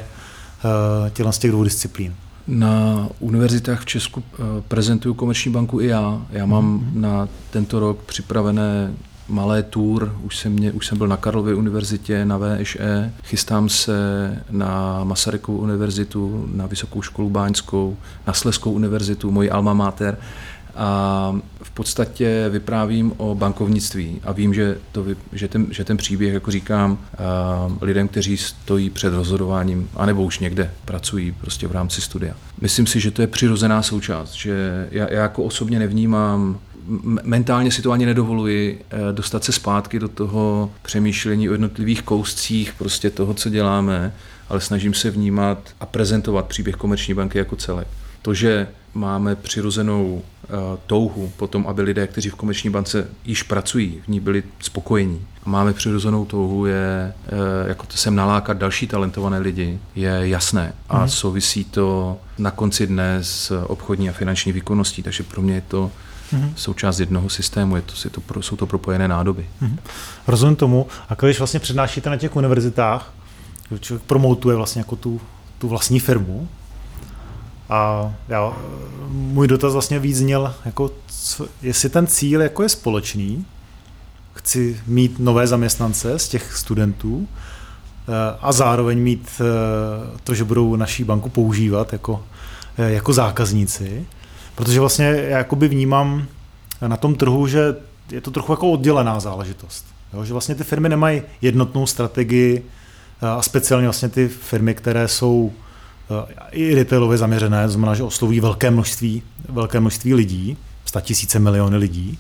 z těch dvou disciplín? Na univerzitách v Česku prezentuju Komerční banku i já. Já mám na tento rok připravené malé tour, už jsem byl na Karlově univerzitě, na VŠE, chystám se na Masarykovu univerzitu, na Vysokou školu báňskou, na Slezskou univerzitu, moji alma mater, a v podstatě vyprávím o bankovnictví a vím, že ten příběh, jako říkám, lidem, kteří stojí před rozhodováním, anebo už někde pracují prostě v rámci studia. Myslím si, že to je přirozená součást, že já jako osobně nevnímám, mentálně si to ani nedovoluji dostat se zpátky do toho přemýšlení o jednotlivých kouscích prostě toho, co děláme, ale snažím se vnímat a prezentovat příběh Komerční banky jako celek. To, že máme přirozenou touhu po tom, aby lidé, kteří v Komerční bance již pracují, v ní byli spokojení. A máme přirozenou touhu jako to sem nalákat další talentované lidi, je jasné. A souvisí to na konci dne s obchodní a finanční výkonností, takže pro mě je to součást jednoho systému, jsou to propojené nádoby. Rozumím tomu. A když vlastně přednášíte na těch univerzitách, člověk promotuje vlastně jako tu vlastní firmu, a můj dotaz vlastně víc zněl, jako jestli ten cíl jako je společný, chci mít nové zaměstnance z těch studentů a zároveň mít to, že budou naší banku používat jako zákazníci, protože vlastně já jakoby vnímám na tom trhu, že je to trochu jako oddělená záležitost. Jo? Že vlastně ty firmy nemají jednotnou strategii a speciálně vlastně ty firmy, které jsou i retailově zaměřené, to znamená, že oslovují velké množství lidí, 100 000 miliony lidí.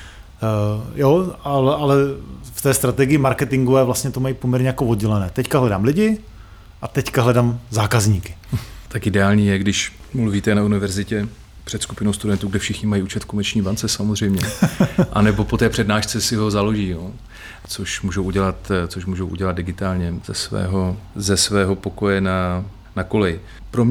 Ale v té strategii marketingové vlastně to mají poměrně jako oddělené. Teďka hledám lidi a teďka hledám zákazníky. Tak ideální je, když mluvíte na univerzitě před skupinou studentů, kde všichni mají účet v Komerční bance samozřejmě. A nebo po té přednášce si ho založí, jo? Což můžou udělat digitálně ze svého pokoje na koleji.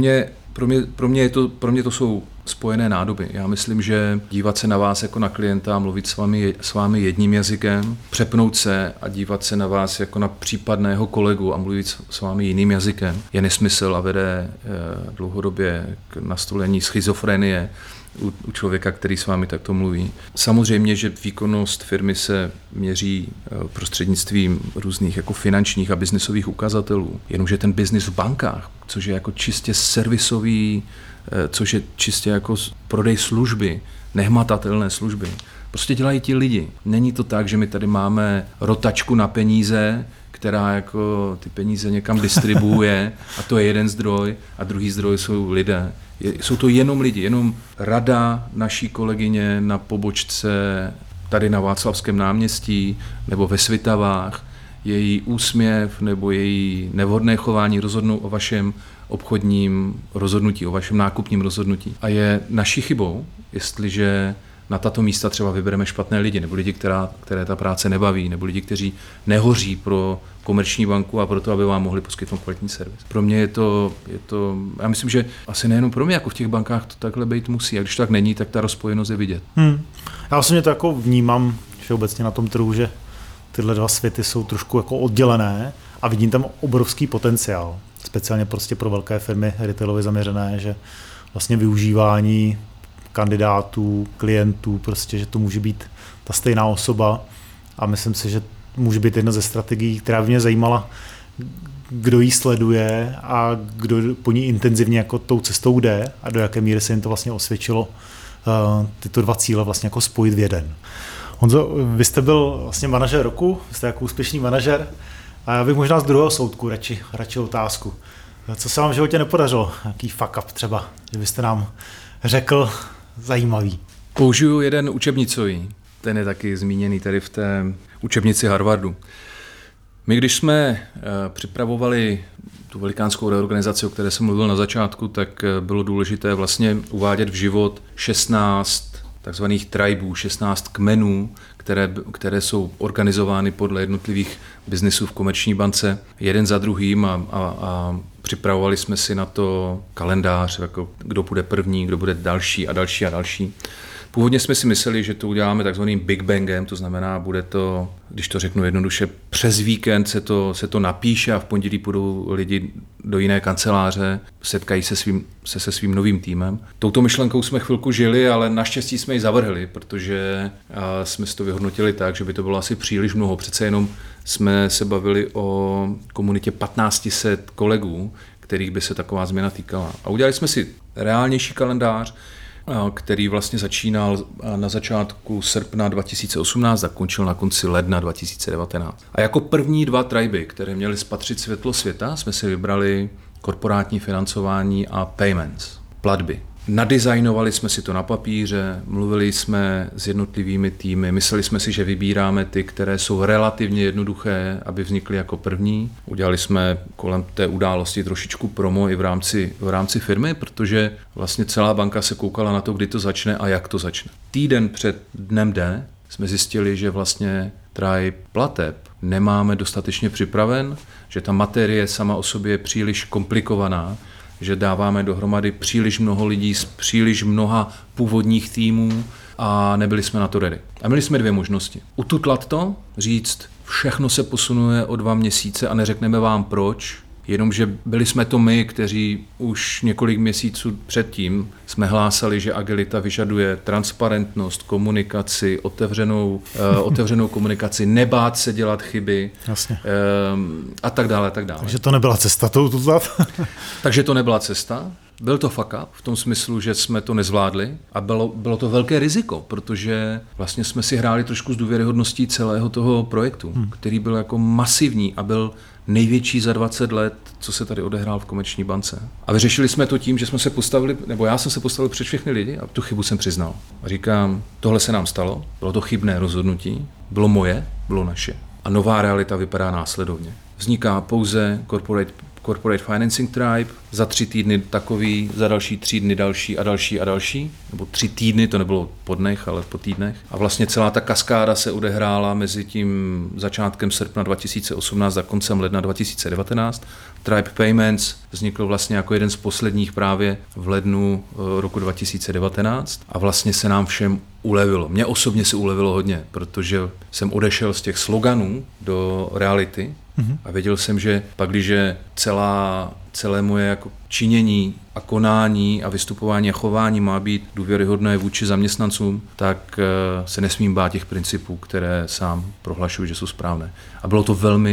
Pro mě to jsou spojené nádoby. Já myslím, že dívat se na vás jako na klienta, mluvit s vámi jedním jazykem, přepnout se a dívat se na vás jako na případného kolegu a mluvit s vámi jiným jazykem je nesmysl a vede dlouhodobě k nastolení schizofrenie u člověka, který s vámi takto mluví. Samozřejmě, že výkonnost firmy se měří prostřednictvím různých jako finančních a biznisových ukazatelů. Jenomže ten biznis v bankách, což je jako čistě servisový, což je čistě jako prodej služby, nehmatatelné služby, prostě dělají ti lidi. Není to tak, že my tady máme rotačku na peníze, která jako ty peníze někam distribuuje a to je jeden zdroj a druhý zdroj jsou lidé. Jsou to jenom lidi, jenom rada naší kolegyně na pobočce tady na Václavském náměstí nebo ve Svitavách, její úsměv nebo její nevhodné chování rozhodnou o vašem obchodním rozhodnutí, o vašem nákupním rozhodnutí. A je naší chybou, jestliže na tato místa třeba vybereme špatné lidi, nebo lidi, které ta práce nebaví, nebo lidi, kteří nehoří pro Komerční banku a pro to, aby vám mohli poskytnout kvalitní servis. Pro mě je to, já myslím, že asi nejenom pro mě, jako v těch bankách to takhle být musí. A když to tak není, tak ta rozpojenost je vidět. Já vlastně to jako vnímám všeobecně na tom trhu, že tyhle dva světy jsou trošku jako oddělené a vidím tam obrovský potenciál. Speciálně prostě pro velké firmy retailově zaměřené, že vlastně využívání kandidátů, klientů, prostě, že to může být ta stejná osoba a myslím si, že může být jedna ze strategií, která by mě zajímala, kdo ji sleduje a kdo po ní intenzivně jako tou cestou jde a do jaké míry se jim to vlastně osvědčilo tyto dva cíle vlastně jako spojit v jeden. Honzo, vy jste byl vlastně manažer roku, jste jako úspěšný manažer. A já bych možná z druhého soudku radši otázku. Co se vám v životě nepodařilo? Jaký fuck up třeba, že byste nám řekl zajímavý? Použiju jeden učebnicový. Ten je taky zmíněný tady v té učebnici Harvardu. My, když jsme připravovali tu velikánskou reorganizaci, o které jsem mluvil na začátku, tak bylo důležité vlastně uvádět v život 16 takzvaných tribů, 16 kmenů, které jsou organizovány podle jednotlivých biznisů v Komerční bance, jeden za druhým a připravovali jsme si na to kalendář, jako kdo bude první, kdo bude další a další a další. Původně jsme si mysleli, že to uděláme takzvaným Big Bangem, to znamená, bude to, když to řeknu jednoduše, přes víkend se to napíše a v pondělí půjdou lidi do jiné kanceláře, setkají se svým novým týmem. Touto myšlenkou jsme chvilku žili, ale naštěstí jsme ji zavrhli, protože jsme si to vyhodnotili tak, že by to bylo asi příliš mnoho. Přece jenom jsme se bavili o komunitě 1500 kolegů, kterých by se taková změna týkala. A udělali jsme si reálnější kalendář, který vlastně začínal na začátku srpna 2018 a končil na konci ledna 2019. A jako první 2 triby, které měly spatřit světlo světa, jsme si vybrali korporátní financování a payments, platby. Nadizajnovali jsme si to na papíře, mluvili jsme s jednotlivými týmy, mysleli jsme si, že vybíráme ty, které jsou relativně jednoduché, aby vznikly jako první. Udělali jsme kolem té události trošičku promo i v rámci firmy, protože vlastně celá banka se koukala na to, kdy to začne a jak to začne. Týden před dnem D jsme zjistili, že vlastně tribe plateb nemáme dostatečně připraven, že ta materie sama o sobě je příliš komplikovaná, že dáváme dohromady příliš mnoho lidí z příliš mnoha původních týmů a nebyli jsme na to ready. A měli jsme 2 možnosti. Ututlat to, říct, všechno se posunuje o 2 měsíce a neřekneme vám proč, jenomže byli jsme to my, kteří už několik měsíců předtím jsme hlásali, že agilita vyžaduje transparentnost, komunikaci, otevřenou komunikaci, nebát se dělat chyby. Jasně. A tak dále, tak dále. Takže to nebyla cesta to ututlat? Takže to nebyla cesta. Byl to fuck up v tom smyslu, že jsme to nezvládli a bylo to velké riziko, protože vlastně jsme si hráli trošku s důvěryhodností celého toho projektu, který byl jako masivní a byl největší za 20 let, co se tady odehrál v Komerční bance. A vyřešili jsme to tím, že jsme se postavili, nebo já jsem se postavil před všechny lidi a tu chybu jsem přiznal. A říkám, tohle se nám stalo, bylo to chybné rozhodnutí, bylo moje, bylo naše. A nová realita vypadá následovně. Vzniká pouze Corporate Financing Tribe, za 3 týdny takový, za další 3 dny další a další a další, nebo 3 týdny, to nebylo po dnech, ale po týdnech. A vlastně celá ta kaskáda se odehrála mezi tím začátkem srpna 2018 a koncem ledna 2019. Tribe Payments vznikl vlastně jako jeden z posledních právě v lednu roku 2019 a vlastně se nám všem ulevilo. Mně osobně se ulevilo hodně, protože jsem odešel z těch sloganů do reality a věděl jsem, že pak, když celé moje jako činění a konání a vystupování a chování má být důvěryhodné vůči zaměstnancům, tak se nesmím bát těch principů, které sám prohlašuji, že jsou správné. A byl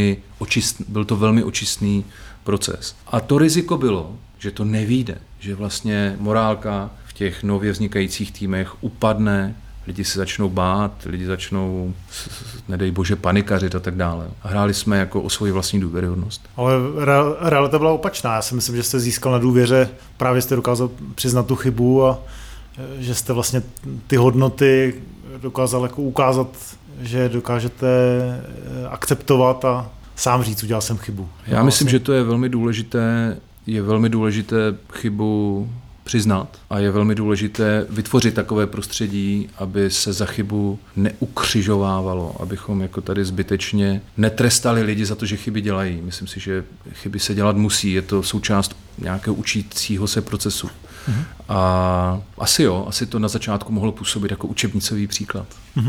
to velmi očistný proces. A to riziko bylo, že to nevyjde, že vlastně morálka v těch nově vznikajících týmech upadne, lidi se začnou bát, lidi začnou, nedej bože, panikařit a tak dále. A hráli jsme jako o svoji vlastní důvěryhodnost. Ale realita byla opačná. Já si myslím, že jste získal na důvěře, právě jste dokázal přiznat tu chybu a že jste vlastně ty hodnoty dokázal jako ukázat, že dokážete akceptovat a sám říct, udělal jsem chybu. Já myslím, že to je velmi důležité chybu přiznat a je velmi důležité vytvořit takové prostředí, aby se za chybu neukřižovávalo, abychom jako tady zbytečně netrestali lidi za to, že chyby dělají. Myslím si, že chyby se dělat musí, je to součást nějakého učícího se procesu. A asi to na začátku mohlo působit jako učebnicový příklad.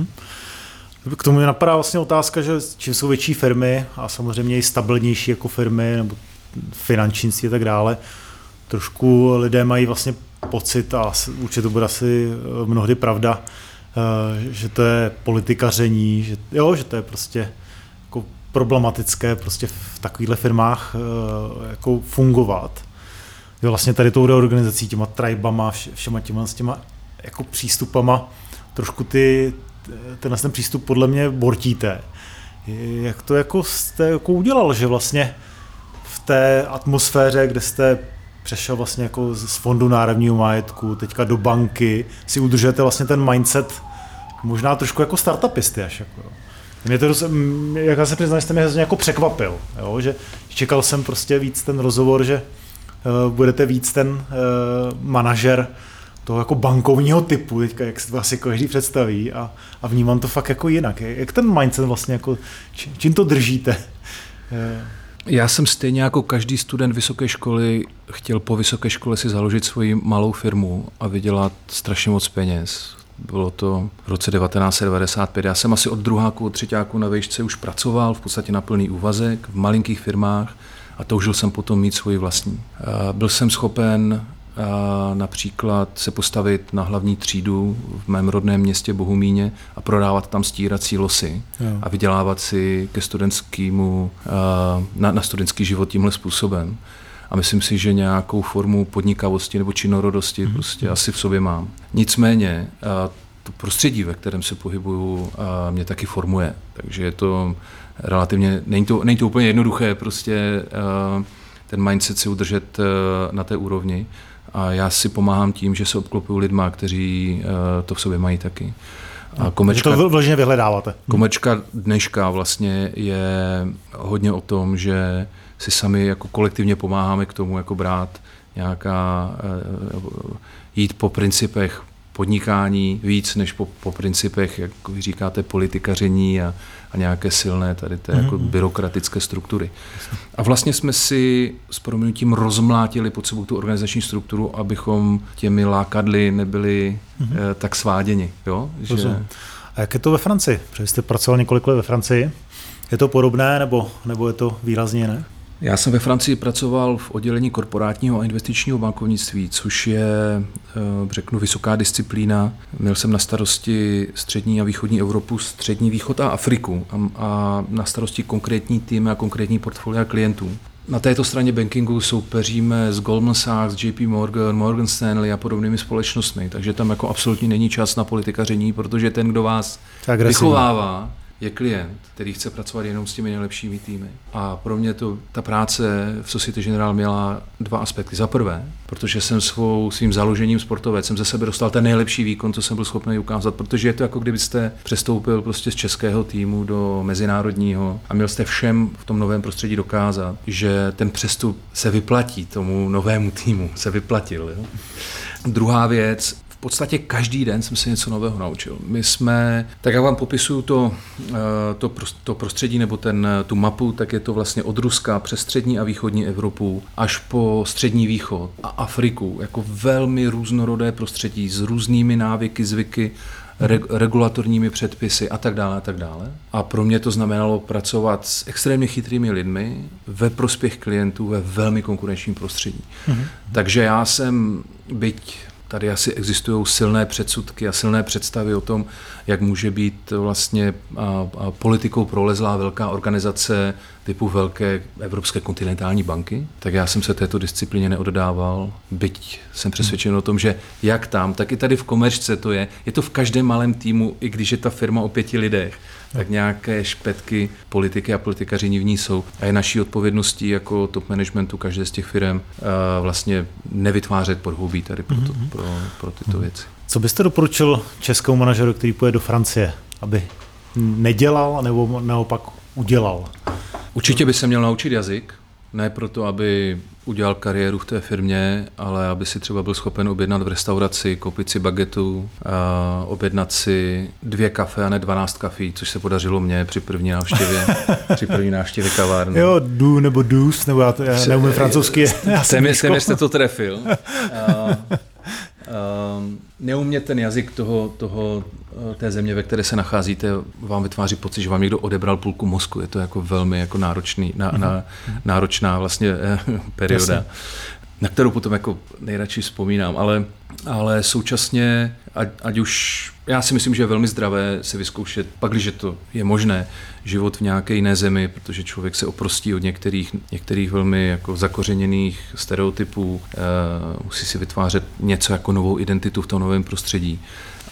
K tomu mě napadá vlastně otázka, že čím jsou větší firmy a samozřejmě i stabilnější jako firmy nebo finančnictví a tak dále, trošku lidé mají vlastně pocit, a určitě to bude asi mnohdy pravda, že to je politikaření, že to je prostě jako problematické prostě v takovýchhle firmách jako fungovat. Je vlastně tady tou reorganizací, těma tribama, všema těma jako přístupama, trošku ten přístup podle mě bortíte. Jak to jako jste jako udělal, že vlastně v té atmosféře, kde jste přešel vlastně jako z fondu národního majetku, teďka do banky, si udržujete vlastně ten mindset možná trošku jako startupisty až jako, jo. Mě to, jak já se přiznám, jste mě jako překvapil, jo, že čekal jsem prostě víc ten rozhovor, že budete víc ten manažer toho jako bankovního typu, teďka, jak se to asi každý představí a vnímám to fakt jako jinak. Jak ten mindset vlastně, jako, čím to držíte? Já jsem stejně jako každý student vysoké školy chtěl po vysoké škole si založit svoji malou firmu a vydělat strašně moc peněz. Bylo to v roce 1995. Já jsem asi od druháku, od třetíku na vejšce už pracoval v podstatě na plný úvazek v malinkých firmách a toužil jsem potom mít svoji vlastní. Byl jsem schopen například se postavit na hlavní třídu v mém rodném městě Bohumíně a prodávat tam stírací losy a vydělávat si ke studentskému, na studentský život tímhle způsobem. A myslím si, že nějakou formu podnikavosti nebo činorodosti prostě asi v sobě mám. Nicméně to prostředí, ve kterém se pohybuju, mě taky formuje. Takže je to relativně, není to úplně jednoduché prostě ten mindset si udržet na té úrovni. A já si pomáhám tím, že se obklopuju lidma, kteří to v sobě mají taky. A Komečka, to vložně vyhledáváte. Komečka dneška vlastně je hodně o tom, že si sami jako kolektivně pomáháme k tomu, jako brát nějaká, jít po principech podnikání víc než po principech, jak vy říkáte, politikaření a nějaké silné tady té jako byrokratické struktury. A vlastně jsme si s prominutím rozmlátili pod sebou tu organizační strukturu, abychom těmi lákadly nebyli tak sváděni. Jo? Že... A jak je to ve Francii? Protože jste pracoval několik let ve Francii. Je to podobné nebo je to výrazně ne? Já jsem ve Francii pracoval v oddělení korporátního a investičního bankovnictví, což je, řeknu, vysoká disciplína. Měl jsem na starosti střední a východní Evropu, střední východ a Afriku a na starosti konkrétní tým a konkrétní portfolia klientů. Na této straně bankingu soupeříme s Goldman Sachs, JP Morgan, Morgan Stanley a podobnými společnostmi, takže tam jako absolutně není čas na politikaření, protože ten, kdo vás vychovává, je klient, který chce pracovat jenom s těmi nejlepšími týmy. A pro mě ta práce v Société Générale měla dva aspekty. Za prvé, protože jsem svým založením sportovec jsem ze sebe dostal ten nejlepší výkon, co jsem byl schopný ukázat, protože je to jako kdybyste přestoupil prostě z českého týmu do mezinárodního a měl jste všem v tom novém prostředí dokázat, že ten přestup se vyplatí tomu novému týmu, se vyplatil. Jo? Druhá věc, v podstatě každý den jsem se něco nového naučil. My jsme, tak jak vám popisuju to prostředí nebo tu mapu, tak je to vlastně od Ruska přes střední a východní Evropu až po střední východ a Afriku, jako velmi různorodé prostředí s různými návyky, zvyky, regulatorními předpisy a tak dále a tak dále. A pro mě to znamenalo pracovat s extrémně chytrými lidmi ve prospěch klientů ve velmi konkurenčním prostředí. Takže já jsem, byť tady asi existují silné předsudky a silné představy o tom, jak může být vlastně politikou prolezlá velká organizace typu velké evropské kontinentální banky. Tak já jsem se této disciplíně neoddával, byť jsem přesvědčen o tom, že jak tam, tak i tady v Komerčce to je to v každém malém týmu, i když je ta firma o 5 lidech, tak nějaké špetky politiky a politikaření v ní jsou. A je naší odpovědností jako top managementu každé z těch firm vlastně nevytvářet podhoubí tady pro tyto věci. Co byste doporučil českému manažeru, který půjde do Francie, aby nedělal nebo naopak udělal? Určitě by se měl naučit jazyk, ne proto, aby udělal kariéru v té firmě, ale aby si třeba byl schopen objednat v restauraci, koupit si bagetu, objednat si 2 kafe a ne 12 kafí, což se podařilo mně při první návštěvě kavárny. Jo, nebo dus, nebo já neumím francouzsky. Téměř jste to trefil. Neumět ten jazyk té země, ve které se nacházíte, vám vytváří pocit, že vám někdo odebral půlku mozku. Je to jako velmi jako náročná vlastně perioda, jasně, na kterou potom jako nejradši vzpomínám, ale současně, ať už, já si myslím, že je velmi zdravé se vyzkoušet, pak, když to je možné, život v nějaké jiné zemi, protože člověk se oprostí od některých velmi jako zakořeněných stereotypů, musí si vytvářet něco jako novou identitu v tom novém prostředí.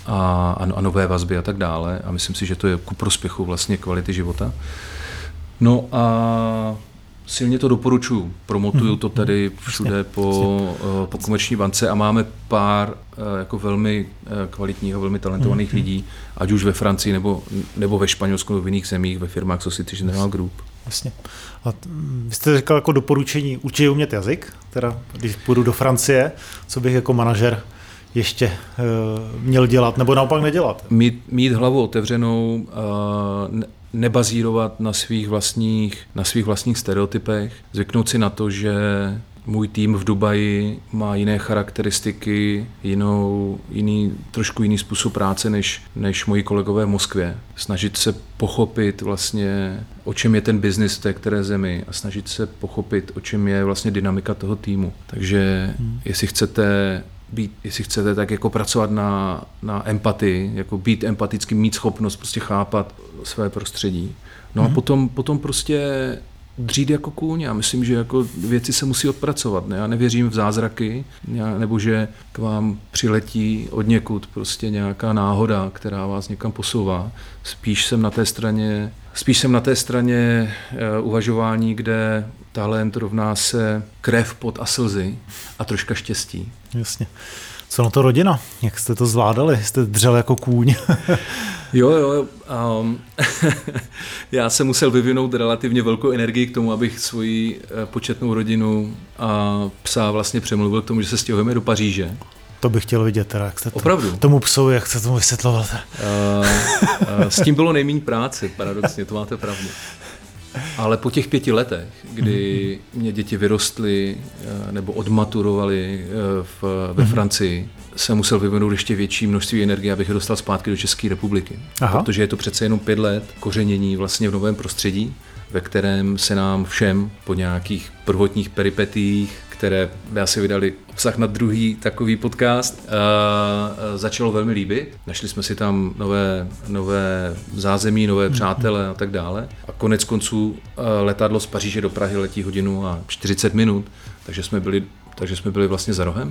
a nové vazby a tak dále. A myslím si, že to je ku prospěchu vlastně kvality života. No a silně to doporučuji. Promotuju to tady všude po Komerční bance a máme pár jako velmi kvalitních a velmi talentovaných lidí, ať už ve Francii nebo ve Španělsku nebo v jiných zemích, ve firmách Société Générale Group. Jasně. A vy jste říkal jako doporučení určitě umět jazyk, teda když půjdu do Francie, co bych jako manažer ještě měl dělat, nebo naopak nedělat? Mít hlavu otevřenou, nebazírovat na svých vlastních stereotypech, zvyknout si na to, že můj tým v Dubaji má jiné charakteristiky, trošku jiný způsob práce než moji kolegové v Moskvě. Snažit se pochopit vlastně, o čem je ten biznis v té které zemi a snažit se pochopit, o čem je vlastně dynamika toho týmu. Takže jestli chcete tak jako pracovat na empatii, jako být empatický, mít schopnost prostě chápat své prostředí. No a potom prostě dřít jako kůň. Já myslím, že jako věci se musí odpracovat. Ne? Já nevěřím v zázraky, nebo že k vám přiletí odněkud prostě nějaká náhoda, která vás někam posouvá. Spíš jsem na té straně uvažování, kde talent rovná se krev, pot a slzy a troška štěstí. Jasně. Co na to rodina? Jak jste to zvládali? Jste dřel jako kůň? Jo. Já jsem musel vyvinout relativně velkou energii k tomu, abych svoji početnou rodinu a psa vlastně přemluvil k tomu, že se stěhujeme do Paříže. To bych chtěl vidět, teda, jak jste tomu psovi, jak jste tomu vysvětloval. S tím bylo nejméně práce, paradoxně, to máte pravdu. Ale po těch 5 letech, kdy mě děti vyrostly nebo odmaturovaly ve Francii, jsem musel vyvinout ještě větší množství energie, abych je dostal zpátky do České republiky. Aha. Protože je to přece jenom 5 let kořenění vlastně v novém prostředí, ve kterém se nám všem po nějakých prvotních peripetiích, které by asi vydali obsah na druhý takový podcast, začalo velmi líbit. Našli jsme si tam nové zázemí, nové přátele a tak dále. A konec konců letadlo z Paříže do Prahy letí 1 hodinu a 40 minut, takže jsme byli vlastně za rohem.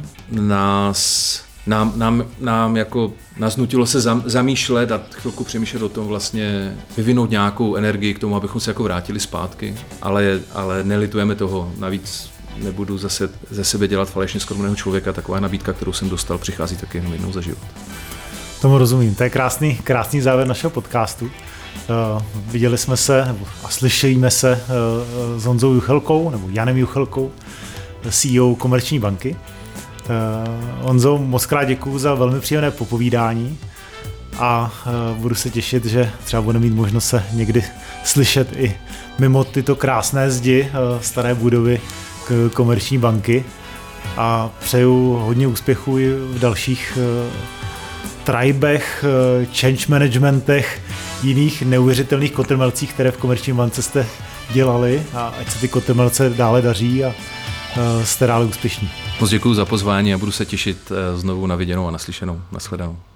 Nás nutilo se zamýšlet a chvilku přemýšlet o tom vlastně vyvinout nějakou energii k tomu, abychom se jako vrátili zpátky, ale nelitujeme toho, navíc nebudu zase ze sebe dělat falešně skromného člověka, taková nabídka, kterou jsem dostal, přichází taky jenom jednou za život. Tomu rozumím, to je krásný závěr našeho podcastu. Viděli jsme se a slyšíme se s Honzou Juchelkou, nebo Janem Juchelkou, CEO Komerční banky. Honzo, moc krát děkuju za velmi příjemné popovídání a budu se těšit, že třeba budeme mít možnost se někdy slyšet i mimo tyto krásné zdi staré budovy Komerční banky a přeju hodně úspěchů i v dalších tribech, change managementech, jiných neuvěřitelných kotrmelcích, které v Komerční bance jste dělali a ať se ty kotrmelce dále daří a jste dále úspěšní. Moc děkuji za pozvání a budu se těšit znovu na viděnou a naslyšenou. Nashledanou.